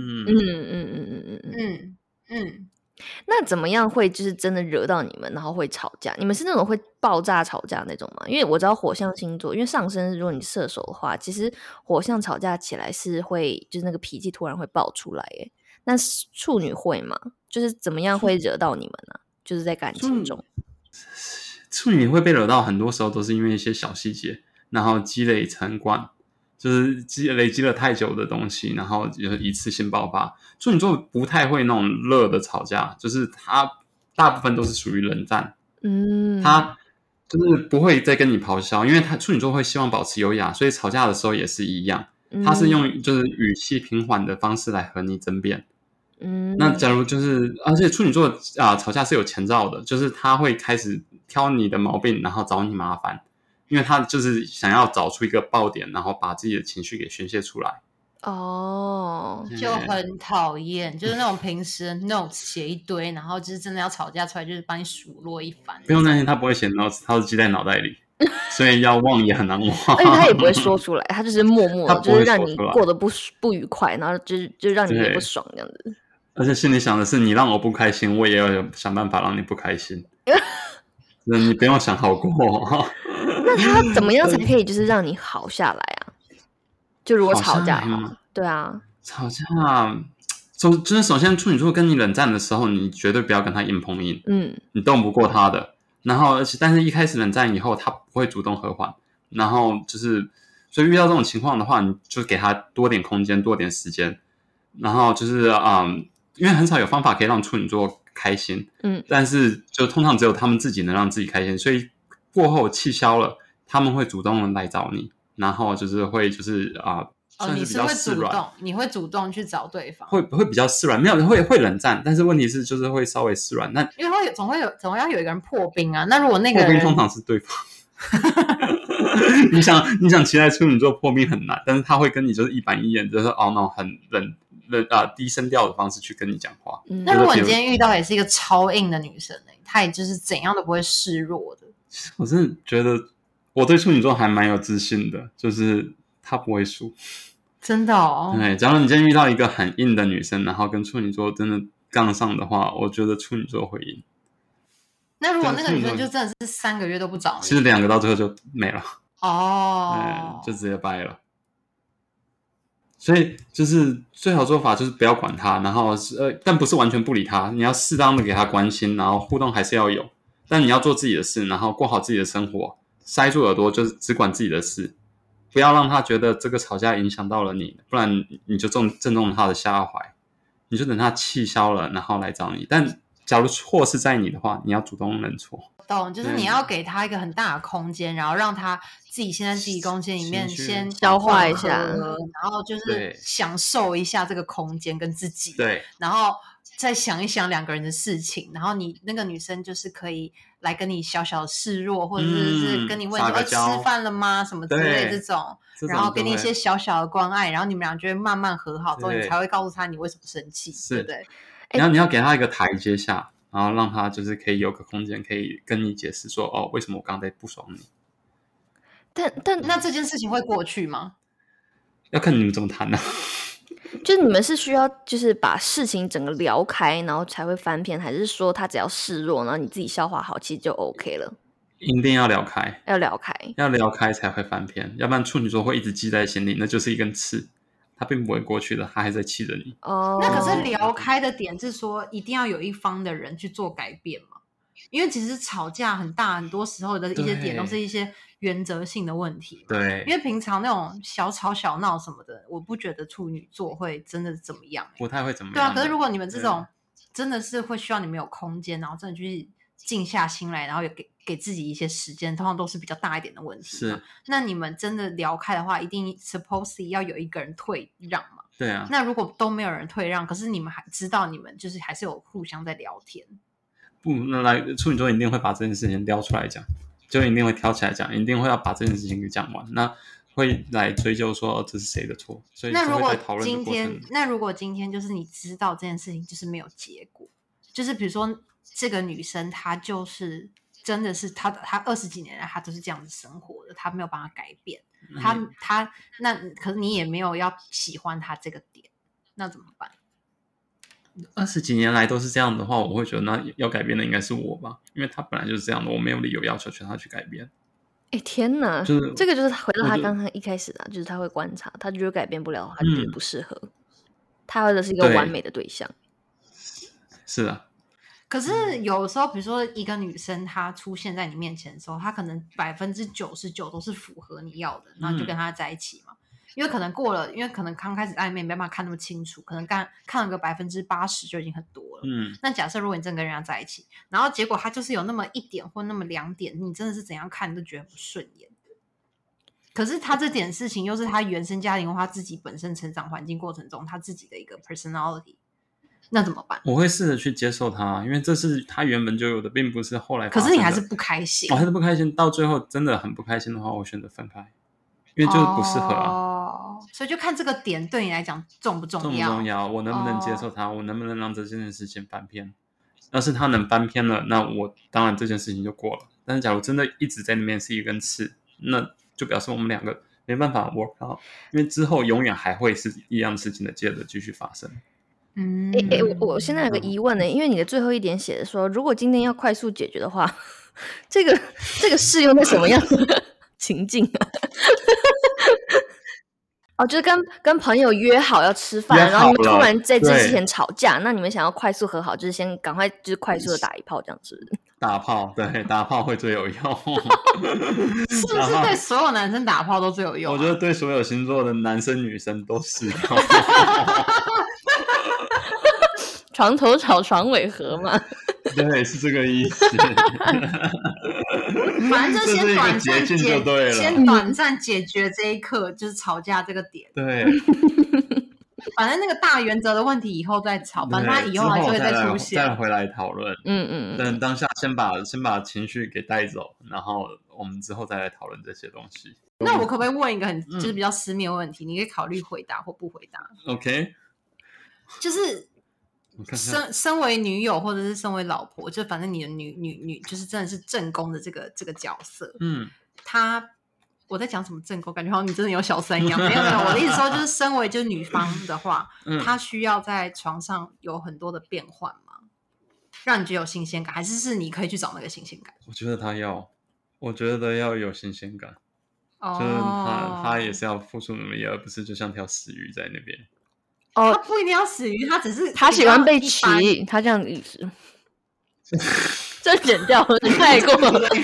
那怎么样会就是真的惹到你们，然后会吵架？你们是那种会爆炸吵架那种吗？因为我知道火象星座，因为上升如果你射手的话，其实火象吵架起来是会就是那个脾气突然会爆出来耶。那处女会吗？就是怎么样会惹到你们呢？就是在感情中， 处女会被惹到，很多时候都是因为一些小细节，然后积累成惯。就是累积了太久的东西，然后一次性爆发。处女座不太会那种热的吵架，就是他大部分都是属于冷战。他就是不会再跟你咆哮，因为他处女座会希望保持优雅，所以吵架的时候也是一样。他是用就是语气平缓的方式来和你争辩。那假如就是而且处女座吵架是有前兆的，就是他会开始挑你的毛病，然后找你麻烦。因为他就是想要找出一个爆点，然后把自己的情绪给宣泄出来。 就很讨厌，就是那种平时 notes 写一堆，然后就是真的要吵架出来，就是把你数落一番。 不用担心，他不会写 notes， 他是记在脑袋里，所以要忘也很难忘。 而且他也不会说出来，他就是默默的，就是让你过得不愉快，然后就让你也不爽这样子。 而且心里想的是，你让我不开心，我也要想办法让你不开心。你不用想好过。 那他怎么样才可以就是让你好下来啊？就如果吵架的话，对啊， 吵架就是首先处女座跟你冷战的时候，你绝对不要跟他硬碰硬，你动不过他的。然后但是一开始冷战以后，他不会主动和缓，然后就是所以遇到这种情况的话，你就给他多点空间，多点时间，然后就是因为很少有方法可以让处女座开心，但是就通常只有他们自己能让自己开心，所以过后气消了，他们会主动的来找你，然后就是会就是算是比较示软， 你会主动去找对方， 会比较示软，没有会冷战，但是问题是就是会稍微示软，那因为总要有一个人破冰啊，那如果那个人破冰通常是对方。 你想期待处女座破冰很难，但是他会跟你就是一板一眼，就是那种很低声调的方式去跟你讲话。 那如果你今天遇到也是一个超硬的女生呢，她也就是怎样都不会示弱的。 我真的觉得我对处女座还蛮有自信的，就是他不会输。 真的哦。 对，假如你今天遇到一个很硬的女生，然后跟处女座真的杠上的话，我觉得处女座会赢。 那如果那个女生就真的是3个月都不找你， 其实2个到最后就没了。 哦， 就直接掰了。所以就是最好做法就是不要管他，然后但不是完全不理他，你要适当的给他关心，然后互动还是要有，但你要做自己的事，然后过好自己的生活，塞住耳朵就是只管自己的事，不要让他觉得这个吵架影响到了你，不然你就正中他的下怀，你就等他气消了然后来找你。但假如错是在你的话，你要主动认错。 懂，就是你要给他一个很大的空间，然后让他自己先在自己空间里面先消化一下， 然后就是享受一下这个空间跟自己， 对， 然后再想一想2个人的事情，然后你那个女生就是可以来跟你小小示弱，或者是跟你问说吃饭了吗什么之类这种，然后给你一些小小的关爱，然后你们俩就会慢慢和好，之后你才会告诉他你为什么生气，对不对？ 然后你要给他一个台阶下，然后让他就是可以有个空间可以跟你解释说为什么我刚才不爽你。 但那这件事情会过去吗？ 要看你们怎么谈啊。 就是你们是需要就是把事情整个聊开，然后才会翻篇，还是说他只要示弱，然后你自己消化好，其实就 OK 了？ 一定要聊开， 要聊开， 要聊开才会翻篇，要不然处女座会一直记在心里，那就是一根刺，他并不会过去的，他还在气着你。 那可是聊开的点是说一定要有一方的人去做改变嘛？因为其实吵架很多时候的一些点都是一些原则性的问题。 对， 因为平常那种小吵小闹什么的，我不觉得处女座会真的怎么样， 不太会怎么样。 对啊，可是如果你们这种真的是会需要你们有空间，然后真的去静下心来，然后也给自己一些时间，通常都是比较大一点的问题。 是， 那你们真的聊开的话，一定 supposedly 要有一个人退让嘛？ 对啊。 那如果都没有人退让，可是你们还知道你们就是还是有互相在聊天。 不，那处女座一定会把这件事情撩出来讲，就一定会挑起来讲，一定会要把这件事情给讲完。那会来追究说这是谁的错，所以那如果今天就是你知道这件事情就是没有结果，就是比如说这个女生她就是真的是她20几年来她都是这样子生活的，她没有办法改变，她那可是你也没有要喜欢她这个点，那怎么办 ？20几年来都是这样的话，我会觉得那要改变的应该是我吧，因为他本来就是这样的，我没有理由要求他去改变。 天哪， 就是这个就是回到他刚刚一开始的，就是他会观察，他觉得改变不了，他觉得不适合，他要的是一个完美的对象。 是啊。 可是有时候比如说一个女生她出现在你面前的时候，她可能99%都是符合你要的，然后就跟她在一起嘛。因为可能因为可能刚开始暧昧没办法看那么清楚，可能看了个80%就已经很多了。那假设如果你真的跟人家在一起，然后结果他就是有那么1点或那么2点，你真的是怎样看你都觉得不顺眼。可是他这点事情又是他原生家庭或他自己本身成长环境过程中他自己的一个 personality， 那怎么办？ 我会试着去接受他，因为这是他原本就有的，并不是后来发生的。 可是你还是不开心， 我还是不开心，到最后真的很不开心的话，我选择分开，因为就是不适合啊。 所以就看这个点对你来讲重不重要， 重不重要，我能不能接受他，我能不能让这件事情翻篇。要是他能翻篇了，那我当然这件事情就过了。但是假如真的一直在那边是一根刺，那就表示我们2个没办法 work out， 因为之后永远还会是一样事情的接着继续发生。 我现在有个疑问呢，因为你的最后一点写的说，如果今天要快速解决的话，这个适用在什么样的情境啊？就是跟朋友约好要吃饭，然后你们突然在这之前吵架，那你们想要快速和好，就是先赶快就是快速的打一炮这样子。 打炮，对，打炮会最有用。 是不是对所有男生打炮都最有用我觉得对所有星座的男生女生都是。 床头吵，床尾和嘛。 对，是这个意思。 反正就先短暂就对了， 先短暂解决这一刻，就是吵架这个点。 对。 反正那个大原则的问题以后再吵，反正他以后还是会再出现， 再回来讨论。但当下先把情绪给带走，然后我们之后再来讨论这些东西。 那我可不可以问一个就是比较私密的问题？你可以考虑回答或不回答。 OK， 就是身为女友或者是身为老婆，就反正你的女就是真的是正宫的这个角色，我在讲什么正宫，感觉好像你真的有小三一样。没有，我的意思说就是身为就是女方的话，她需要在床上有很多的变换吗？让你觉得有新鲜感，还是你可以去找那个新鲜感？ 我觉得要有新鲜感。就是他也是要付出努力，而不是就像条死鱼在那边。 他不一定要死鱼，他只是他喜欢被骑，他这样的意思。这剪掉了，你太过了。 可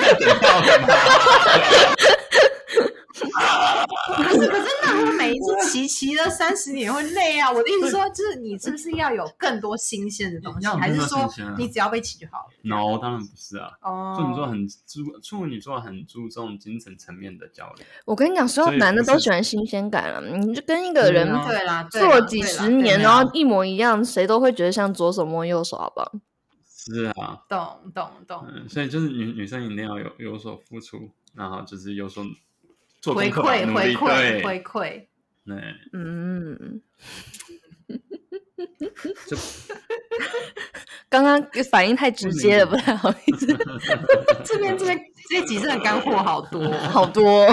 是那如果每一次骑了30年会累啊！我的意思说，就是你是不是要有更多新鲜的东西，还是说你只要被骑就好了 ？No， 当然不是啊。处女座很注重精神层面的交流。 我跟你讲，所有男的都喜欢新鲜感了。你就跟一个人做几10年，然后一模一样，谁都会觉得像左手摸右手，好不好？ 是啊， 懂。 所以就是女生一定要有所付出，然后就是有所做回馈。 对， 就刚刚反应太直接了，不太好意思。 这集真的干货好多好多。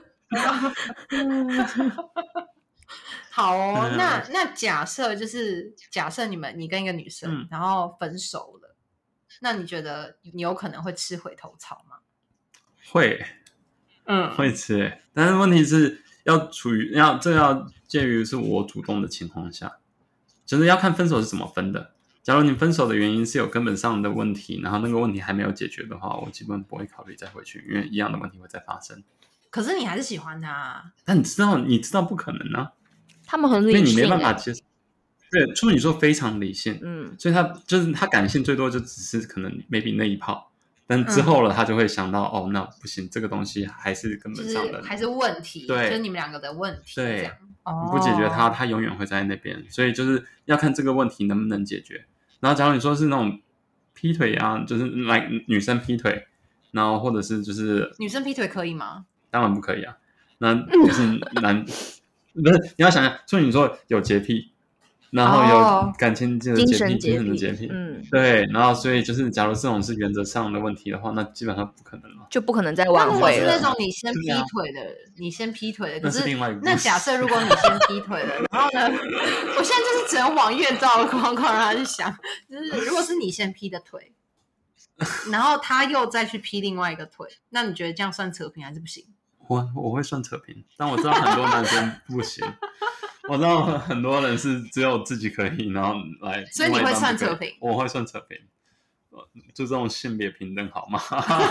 好哦，那假设你跟一个女生，然后分手了，那你觉得你有可能会吃回头草吗？ 会，会吃，但是问题是要介于是我主动的情况下，就是要看分手是怎么分的。假如你分手的原因是有根本上的问题，然后那个问题还没有解决的话，我基本不会考虑再回去，因为一样的问题会再发生。 可是你还是喜欢他啊。 但你知道不可能啊。 他们很理性， 因为你没办法接受。对，处女座非常理性，所以他感性最多就只是可能 maybe 那一炮，但之后了他就会想到那不行，这个东西还是根本上的， 还是问题， 对， 就是你们两个的问题， 对， 这样你不解决他永远会在那边，所以就是要看这个问题能不能解决。然后假如你说是那种劈腿啊，就是女生劈腿，然后或者是就是女生劈腿可以吗？ 当然不可以啊，那就是不是，你要想想，处女座有洁癖，然后有感情的洁癖，精神的洁癖，对，然后所以就是，假如这种是原则上的问题的话，那基本上不可能了， 就不可能再挽回了。 那是那种你先劈腿的，可是那假设如果你先劈腿了，然后呢，我现在就是只能往越糟的框让他去想，就是如果是你先劈的腿，然后他又再去劈另外一个腿，那你觉得这样算扯平还是不行？ 我会算扯平，但我知道很多男生不行。我知道很多人是只有自己可以，然后来。 所以你会算扯平？ 我会算扯平，就这种性别平等好吗？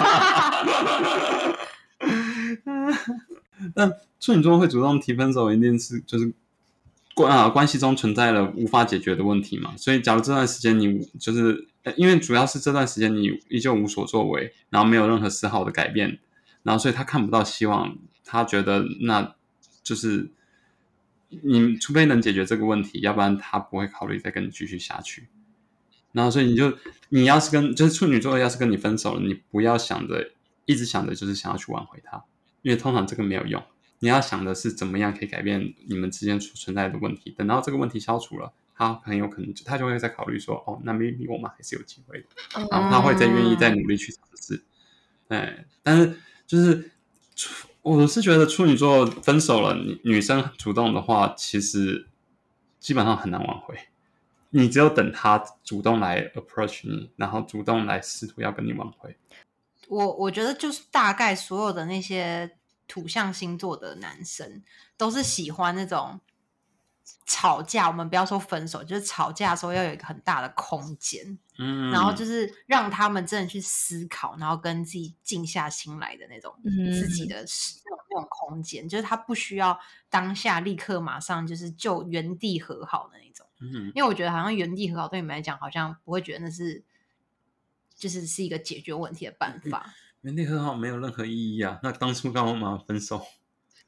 但处女座会主动提分手，一定是就是关系中存在了无法解决的问题嘛。所以假如这段时间你就是因为主要是这段时间你依旧无所作为，然后没有任何丝毫的改变。然后所以他看不到希望，他觉得那就是你除非能解决这个问题，要不然他不会考虑再跟你继续下去。然后所以你要是就是处女座要是跟你分手了，你不要一直想着就是想要去挽回他，因为通常这个没有用。你要想的是怎么样可以改变你们之间存在的问题，等到这个问题消除了，他很有可能他就会再考虑说那 maybe 我们还是有机会的，然后他会再愿意再努力去尝试。但是就是我是觉得处女座分手了，女生主动的话，其实基本上很难挽回。你只有等他主动来 approach 你，然后主动来试图要跟你挽回。 我觉得就是大概所有的那些土象星座的男生都是喜欢那种吵架，我们不要说分手，就是吵架的时候要有一个很大的空间，然后就是让他们真的去思考，然后跟自己静下心来的那种自己的那种空间，就是他不需要当下立刻马上就原地和好的那种。因为我觉得好像原地和好对你们来讲好像不会觉得那是是一个解决问题的办法。 原地和好没有任何意义啊，那当初干嘛分手？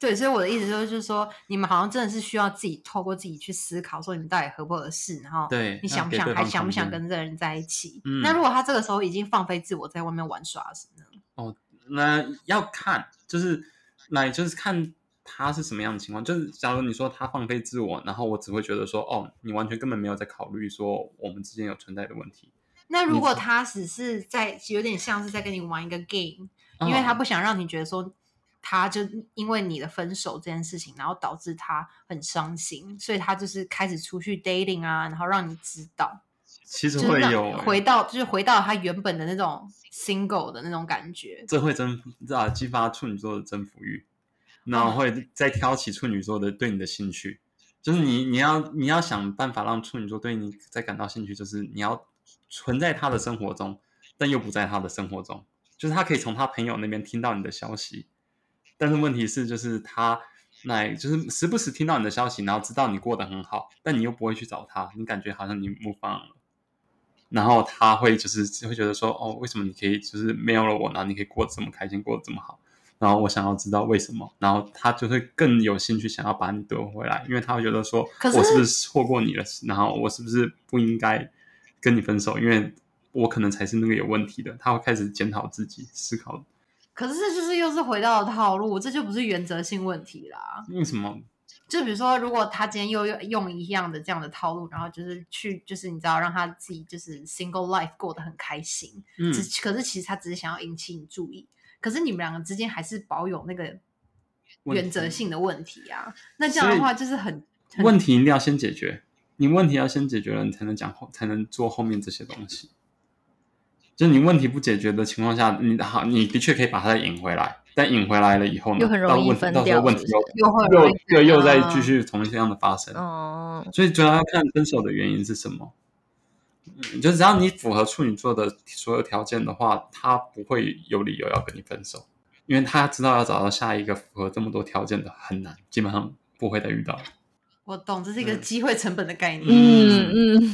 对，所以我的意思就是说，你们好像真的是需要自己透过自己去思考，说你们到底合不合适，然后你想不想还想不想跟这个人在一起。那如果他这个时候已经放飞自我，在外面玩耍呢？ 哦，那要看，就是看他是什么样的情况。就是假如你说他放飞自我，然后我只会觉得说，哦，你完全根本没有在考虑说我们之间有存在的问题。 那如果他只是有点像是在跟你玩一个 game，因为他不想让你觉得说他就因为你的分手这件事情，然后导致他很伤心，所以他就是开始出去 dating 啊，然后让你知道， 其实会有回到他原本的那种 single 的那种感觉， 这会激发处女座的征服欲，然后会再挑起处女座的对你的兴趣。就是你要想办法让处女座对你再感到兴趣，就是你要存在他的生活中，但又不在他的生活中。就是他可以从他朋友那边听到你的消息，但是问题是，就是他就是时不时听到你的消息，然后知道你过得很好，但你又不会去找他，你感觉好像你move on了，然后他会会觉得说，哦，为什么你可以就是没有了我，然后你可以过得这么开心，过得这么好，然后我想要知道为什么，然后他就会更有兴趣想要把你得回来，因为他会觉得说，我是不是错过你了，然后我是不是不应该跟你分手，因为我可能才是那个有问题的，他会开始检讨自己，思考。 可是这就是又是回到了套路，这就不是原则性问题啦。 为什么？就比如说，如果他今天又用一样的这样的套路，然后就是你知道让他自己就是 single life 过得很开心，可是其实他只是想要引起你注意，可是你们两个之间还是保有那个原则性的问题啊。那这样的话就是很问题一定要先解决，你问题要先解决了，你才能做后面这些东西。就是你问题不解决的情况下，你的确可以把它引回来，但引回来了以后呢， 又很容易分掉， 到时候问题又再继续同样的发生。所以主要要看分手的原因是什么。就只要你符合处女座的所有条件的话，他不会有理由要跟你分手，因为他知道要找到下一个符合这么多条件的很难，基本上不会再遇到。 我懂，这是一个机会成本的概念。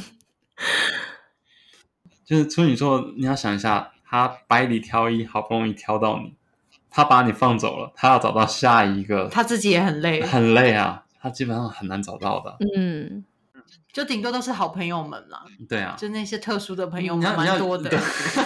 就是处女座，你要想一下，他百里挑一，好不容易挑到你，他把你放走了，他要找到下一个， 他自己也很累， 很累啊，他基本上很难找到的。 就顶多都是好朋友们啦。 对啊， 就那些特殊的朋友们蛮多的。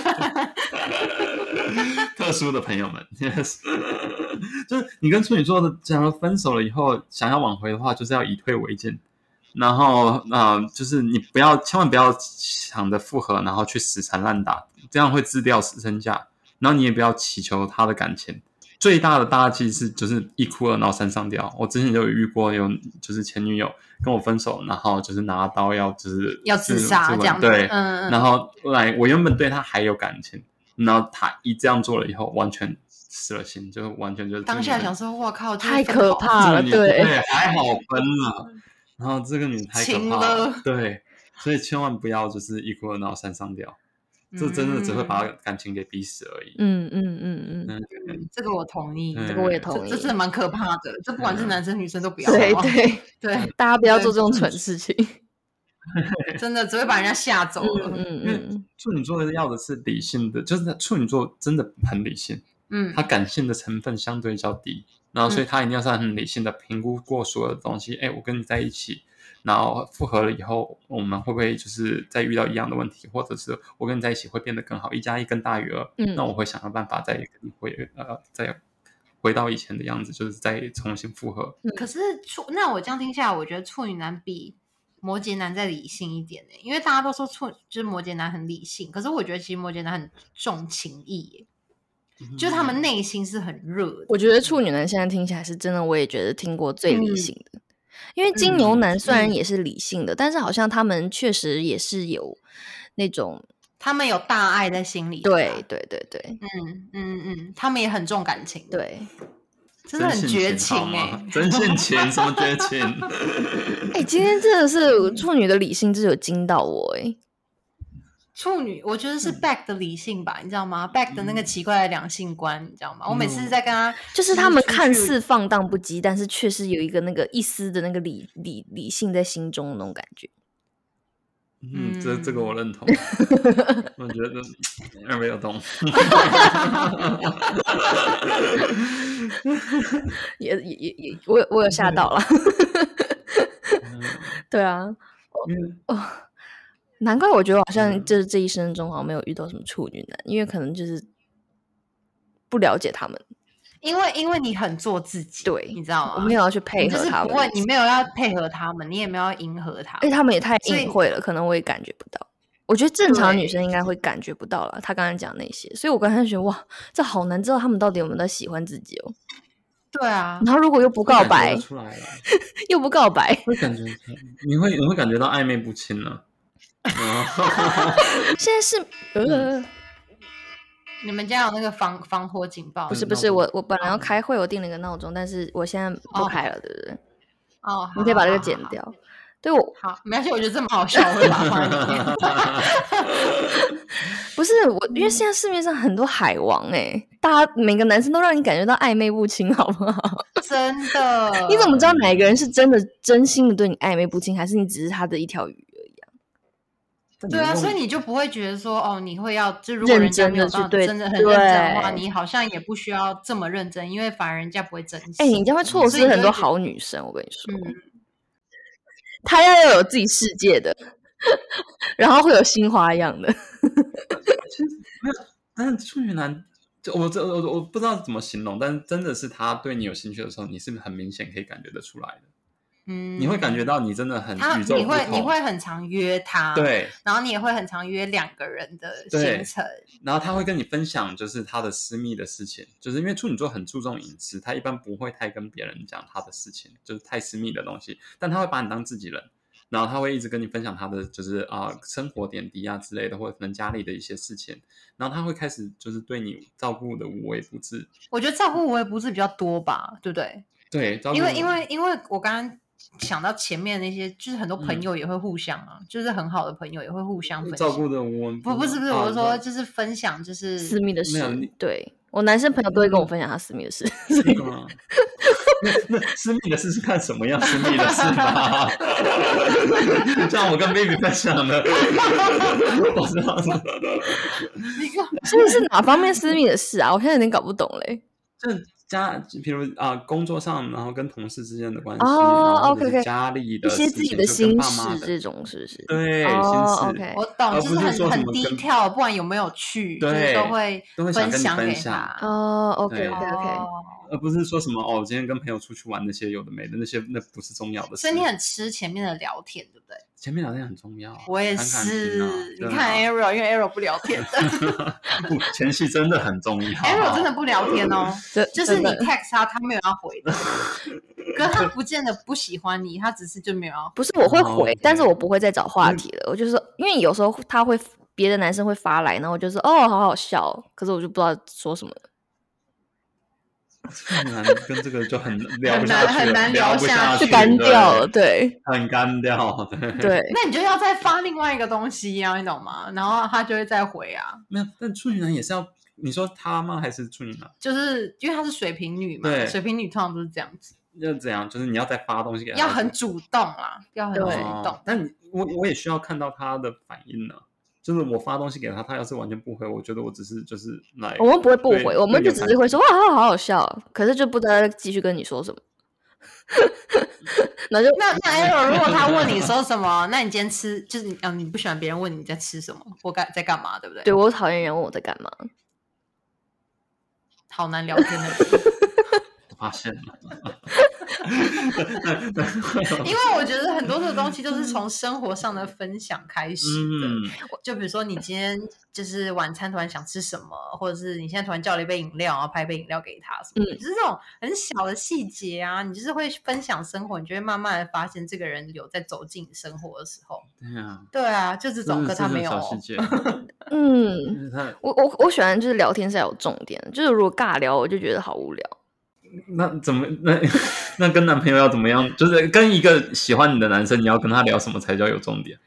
特殊的朋友们，yes 就是你跟处女座的，假如分手了以后，想要挽回的话，就是要以退为进。然后就是你千万不要想着复合，然后去死缠烂打，这样会自掉身价。然后你也不要祈求他的感情，最大的大忌是就是一哭二闹三上吊。我之前就有遇过就是前女友跟我分手，然后就是拿刀要自杀这样子。 对，然后我原本对他还有感情，然后他一这样做了以后，完全死了心，就完全就是当下想说，哇靠， 太可怕了，对， 还好分了。然后这个女太可怕了，对，所以千万不要就是一哭二闹三上吊，这真的只会把感情给逼死而已。 这个我同意， 这个我也同意， 这真的蛮可怕的，这不管是男生女生都不要。对， 大家不要做这种蠢事情， 真的只会把人家吓走了。 处女座要的是理性的，就是处女座真的很理性，他感性的成分相对较低。然后所以他一定要是很理性的评估过所有的东西，我跟你在一起，然后复合了以后，我们会不会就是再遇到一样的问题，或者是我跟你在一起会变得更好，1+1更大于2，那我会想要办法再回到以前的样子，就是再重新复合。 可是那我这样听下来，我觉得处女男比摩羯男再理性一点，因为大家都说就是摩羯男很理性，可是我觉得其实摩羯男很重情义就是他们内心是很热的。 我觉得处女男现在听起来是真的，我也觉得听过最理性的。因为金牛男虽然也是理性的，但是好像他们确实也是有那种， 他们有大爱在心里。 对， 他们也很重感情。 对， 真的很绝情真性情什么绝情？ 今天真的是处女的理性，真的有惊到我处女我觉得是 Beck 的理性吧，你知道吗？Beck 的那个奇怪的两性观，你知道吗？我每次在跟他， 就是他们看似放荡不羁，但是确实有一个那个一丝的那个理性在心中的那种感觉。 这个我认同。我觉得没有懂。 也我有吓到了。对啊，难怪我觉得好像就是这一生中好像没有遇到什么处女男，因为可能就是不了解他们。 因为你很做自己， 对， 你知道吗？ 我没有要去配合他们， 就是不会，你没有要配合他们，你也没有要迎合他们， 而且他们也太隐晦了，可能我也感觉不到。我觉得正常女生应该会感觉不到啦，他刚才讲那些，所以我刚才觉得哇，这好难知道他们到底有没有在喜欢自己哦。 对啊， 然后如果又不告白， 出来了又不告白， 会感觉你会感觉到暧昧不清了。 现在是你们家有那个防火警报？ 不是，我本来要开会，我定了一个闹钟，但是我现在不开了，对不对？ 哦， 你可以把这个剪掉。对我好，没关系，我觉得这蛮好笑，我会把它放在里面。 不是我，因为现在市面上很多海王大家每个男生都让你感觉到暧昧不清，好不好？ 真的？ 你怎么知道哪个人是真的真心的对你暧昧不清，还是你只是他的一条鱼而已对啊，所以你就不会觉得说你会要就如果人家没有到真的很认真的话，你好像也不需要这么认真，因为反而人家不会珍惜。 你这样会错失很多好女生，我跟你说。他要有自己世界的，然后会有新花样的。 其实没有，但是处女男，我不知道怎么形容，但是真的是他对你有兴趣的时候，你是很明显可以感觉得出来的。你会感觉到你真的很宇宙不同， 你会很常约他， 对， 然后你也会很常约2个人的行程， 然后他会跟你分享就是他的私密的事情，就是因为处女座很注重隐私，他一般不会太跟别人讲他的事情，就是太私密的东西，但他会把你当自己人，然后他会一直跟你分享他的就是生活点滴啊之类的，或者可能家里的一些事情，然后他会开始就是对你照顾的无微不至。 我觉得照顾无微不至比较多吧，对不对？ 对， 因为我刚刚想到前面那些，就是很多朋友也会互相就是很好的朋友也会互相分享照顾的我不是，我说就是分享就是私密的事。对，我男生朋友都会跟我分享他私密的事。 那私密的事是看什么样私密的事吧？像我跟 baby 分享的，我知道所以是哪方面私密的事啊？我现在有点搞不懂嘞。 比如工作上，然后跟同事之间的关系 ，OK， 家里的一些自己的心事，这种是不是？ 对，心事。 OK， 我懂，就是很低调，不管有没有去， 对， 都会分享给他。 OK， 而不是说什么我今天跟朋友出去玩那些有的没的那不是重要的事。 所以你很吃前面的聊天，对不对？ 前面聊天很重要， 我也是。你看 Arrow， 因为 Arrow 不聊天的， 不，前戏真的很重要。 Arrow 真的不聊天哦，就是你 text 他没有要回的，可是他不见得不喜欢你，他只是就没有要回。 不是我会回，但是我不会再找话题了。我就说，因为有时候他会别的男生会发来，然后我就说好好笑，可是我就不知道说什么了。 很难跟这个就很聊不下去， 很难聊下去，就干掉了，对， 很干掉， 对。 那你就要再发另外一个东西啊，你懂吗？然后他就会再回啊。 没有，但处女男也是要，你说他吗？还是处女男？ 就是因为他是水瓶女嘛，水瓶女通常都是这样子。 要怎样？就是你要再发东西给他， 要很主动啦，要很主动。 但我也需要看到他的反应呢。就是我发东西给他，他要是完全不回，我觉得我只是就是来， 我们不会不回，我们就只是会说哇，好好笑，可是就不知道继续跟你说什么。那 Arrow 如果他问你说什么，那你今天吃就是你不喜欢别人问你在吃什么或在干嘛，对不对？ 对，我讨厌人问我在干嘛， 好难聊天的人。 发现了。 因为我觉得很多的东西都是从生活上的分享开始的。就比如说你今天就是晚餐突然想吃什么，或者是你现在突然叫了一杯饮料，然后拍一杯饮料给他什么的，就是这种很小的细节啊，你就是会分享生活，你就会慢慢的发现这个人有在走进你生活的时候。对啊，就这种，可他没有。 小细节。 我喜欢就是聊天是要有重点，就是如果尬聊，我就觉得好无聊。 那怎么那跟男朋友要怎么样？就是跟一个喜欢你的男生，你要跟他聊什么才叫有重点？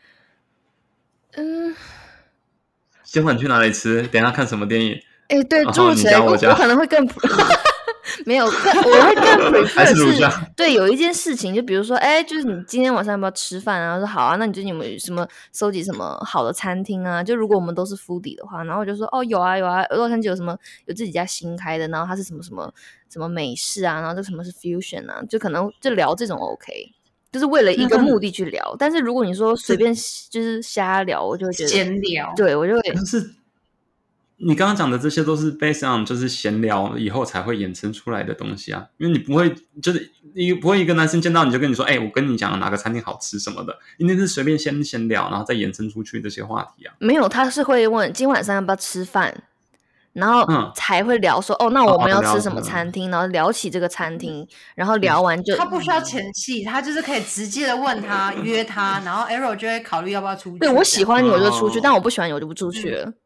今晚去哪里吃？等一下看什么电影？ 对，诸如此类，我可能会更没有，我会更 prefer 是对有一件事情，就比如说，就是你今天晚上要不要吃饭啊？说好啊，那你最近有没有什么搜集什么好的餐厅啊？就如果我们都是 foodie 的话，然后我就说有啊，洛杉矶有什么有自己家新开的，然后它是什么美式啊，然后这什么是 fusion 啊，就可能就聊这种 OK。就是为了一个目的去聊，但是如果你说随便就是瞎聊，我就会觉得闲聊， 对我就会。 但是你刚刚讲的这些都是 based on 就是闲聊以后才会衍生出来的东西啊，因为你不会就是你不会一个男生见到你就跟你说，我跟你讲哪个餐厅好吃什么的，一定是随便先闲聊，然后再衍生出去这些话题啊。 没有，他是会问今晚上要不要吃饭。然后才会聊说那我们要吃什么餐厅，然后聊起这个餐厅，然后聊完就他不需要前戏，他就是可以直接的问他约他，然后 Arrow 就会考虑要不要出去。 对，我喜欢你我就出去，但我不喜欢你我就不出去了。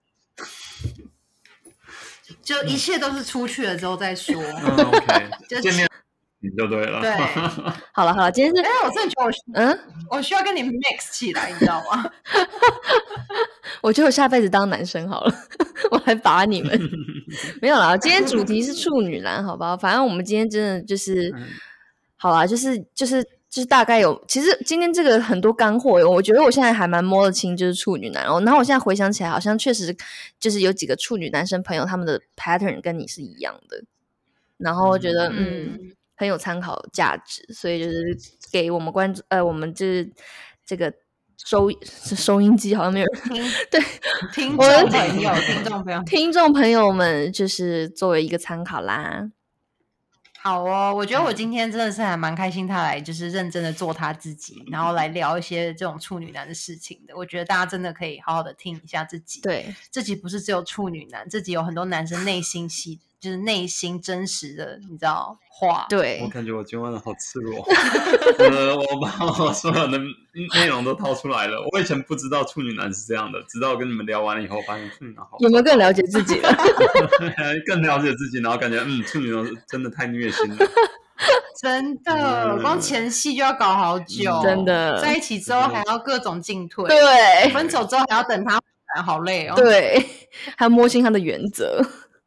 就一切都是出去了之后再说。 OK， 就见面你就对了。 对， 好了，今天是我真的觉得我需要跟你 mix 起来，你知道吗？ 我觉得我下辈子当男生好了，我来把你们。没有啦，今天主题是处女男，好不好？反正我们今天真的就是好啦，就是大概有，其实今天这个很多干货，我觉得我现在还蛮摸得清，就是处女男。然后我现在回想起来，好像确实就是有几个处女男生朋友，他们的 pattern 跟你是一样的，然后我觉得很有参考价值，所以就是给我们我们就是这个收音机好像没有人对听众朋友们就是作为一个参考啦。 好哦，我觉得我今天真的是还蛮开心，他来就是认真的做他自己，然后来聊一些这种处女男的事情的。我觉得大家真的可以好好的听一下这集。 对， 这集不是只有处女男，这集有很多男生内心戏，就是内心真实的，你知道话。 对， 我感觉我今晚好赤裸。我把我所有的内容都掏出来了。我以前不知道处女男是这样的，直到跟你们聊完了以后，发现处女男好。 有没有更了解自己了？ 更了解自己，然后感觉处女男真的太虐心了。 真的，光前戏就要搞好久， 真的， 在一起之后还要各种进退， 对， 分手之后还要等他回来，好累哦。 对，还要摸清他的原则，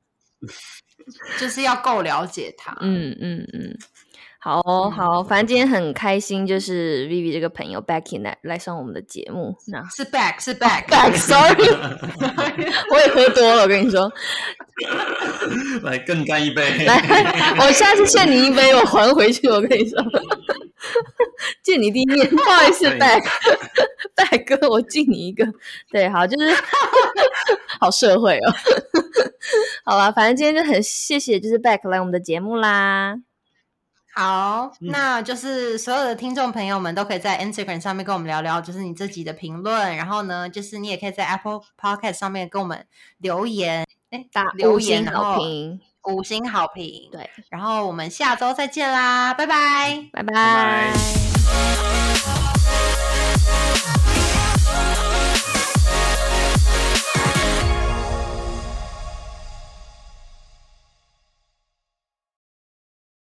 就是要够了解他。 好哦，好，反正今天很开心，就是 Vivi 这个朋友 Becky 来上我们的节目， 是 back sorry 我也喝多了，我跟你说， 来更干一杯， 来，我下次欠你一杯，我还回去，我跟你说，借你第一面，不好意思 back 哥，我敬你一个，对，好，就是好社会哦，好啦，反正今天就很谢谢就是 back 来我们的节目啦。 好，那就是所有的听众朋友们都可以在 Instagram 上面跟我们聊聊，就是你这集的评论，然后呢，就是你也可以在 Apple Podcast 上面跟我们留言， 打留言 5星好评， 对，然后我们下周再见啦，拜拜， 拜拜。